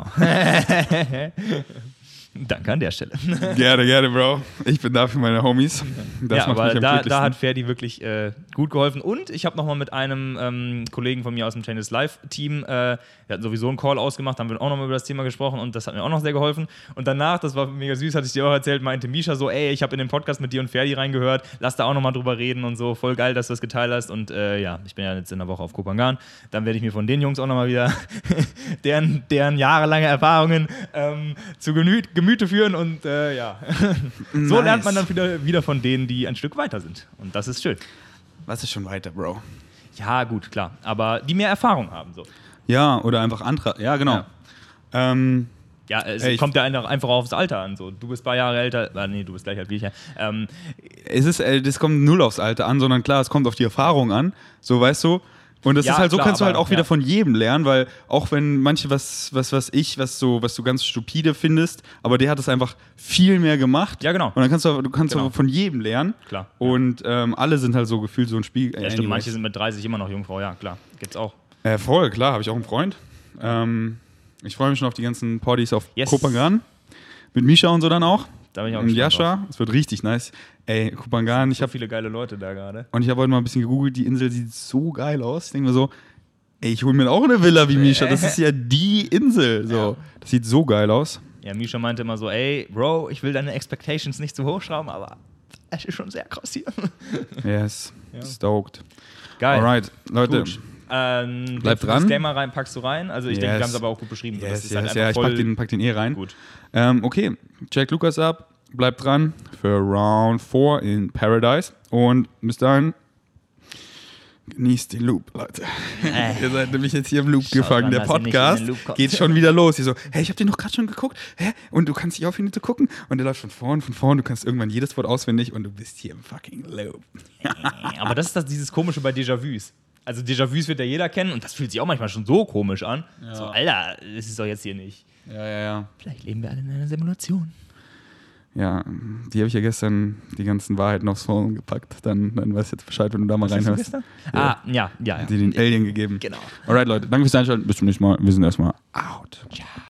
Danke an der Stelle. Gerne, gerne, Bro. Ich bin da für meine Homies. Das ja, aber da, da hat Ferdi wirklich äh, gut geholfen. Und ich habe nochmal mit einem ähm, Kollegen von mir aus dem Chainless Live-Team, äh, wir hatten sowieso einen Call ausgemacht, haben wir auch nochmal über das Thema gesprochen und das hat mir auch noch sehr geholfen. Und danach, das war mega süß, hatte ich dir auch erzählt, meinte Misha so, ey, ich habe in den Podcast mit dir und Ferdi reingehört, lass da auch nochmal drüber reden und so, voll geil, dass du das geteilt hast. Und äh, ja, ich bin ja jetzt in der Woche auf Kopangan, dann werde ich mir von den Jungs auch nochmal wieder deren, deren jahrelange Erfahrungen ähm, zu Gemü- Gemüte führen und äh, ja, so Nice. lernt man dann wieder, wieder von denen, die ein Stück weiter sind. Und das ist schön. Was ist schon weiter, Bro? Ja, gut, klar. Aber die mehr Erfahrung haben. So. Ja, oder einfach andere. Ja, genau. Ja. Ähm, Ja, es Ey, ich- kommt ja einfach aufs Alter an. So. Du bist ein paar Jahre älter. Ah, nee, du bist gleich alt wie ich. Ja. Ähm, es ist, äh, das kommt null aufs Alter an, sondern klar, es kommt auf die Erfahrung an. So, weißt du? Und das Ja, ist halt so, klar, kannst du halt aber, auch wieder ja. von jedem lernen, weil auch wenn manche was, was, was ich, was so, was du ganz stupide findest, aber der hat es einfach viel mehr gemacht. Ja, genau. Und dann kannst du, du kannst Genau. auch von jedem lernen. Klar. Und ähm, alle sind halt so gefühlt so ein Spiel. ja, stimmt, manche sind mit dreißig immer noch Jungfrau. Ja, klar. Gibt's auch. Äh, voll, klar, habe ich auch einen Freund. Ähm, ich freue mich schon auf die ganzen Partys auf Yes. Kopangan. Mit Misha und so dann auch. Da bin ich auch Und gespannt drauf. Jascha. Es wird richtig nice. Ey, Kopangan, ich Ich habe habe viele geile Leute da gerade. und ich habe heute mal ein bisschen gegoogelt, die Insel sieht so geil aus. Ich denke mir so, ey, ich hole mir auch eine Villa wie Misha. Das ist ja die Insel. So. Das sieht so geil aus. Ja, Misha meinte immer so, ey, Bro, ich will deine Expectations nicht zu hoch schrauben, aber es ist schon sehr krass hier. Yes, Ja. stoked. Geil. Alright, Leute. Gut. Ähm, Bleibt dran. Disclaimer rein, packst du rein. Also ich Yes. denke, wir haben es aber auch gut beschrieben. So, das Yes, ist yes, halt ja, einfach ich pack voll den, pack den eh rein. gut. Ähm, okay, check Lukas ab. Bleibt dran für Round vier in Paradise. Und bis dahin, genießt den Loop, Leute. Äh. Ihr seid nämlich jetzt hier im Loop Schaut gefangen. dann, Der dass ihr nicht in den Podcast Loop kommt. geht schon wieder los. Ihr so, hey, ich hab den doch gerade schon geguckt. Hä? Und du kannst dich aufhören zu gucken. Und der läuft von vorn, von vorn. Du kannst irgendwann jedes Wort auswendig und du bist hier im fucking Loop. Aber das ist das, dieses Komische bei Déjà-vus. Also Déjà-vus wird ja jeder kennen und das fühlt sich auch manchmal schon so komisch an. Ja. So, Alter, das ist doch jetzt hier nicht. Ja, ja, ja. Vielleicht leben wir alle in einer Simulation. Ja, die habe ich ja gestern die ganzen Wahrheiten aufs Phone gepackt. Dann, dann weißt du jetzt Bescheid, wenn du da mal Was hast du reinhörst. gestern? Ja. Ah, ja, ja, ja. Die den Alien gegeben. Genau. Alright, Leute, danke fürs Einschalten. Bis zum nächsten Mal. Wir sind erstmal out. Ciao.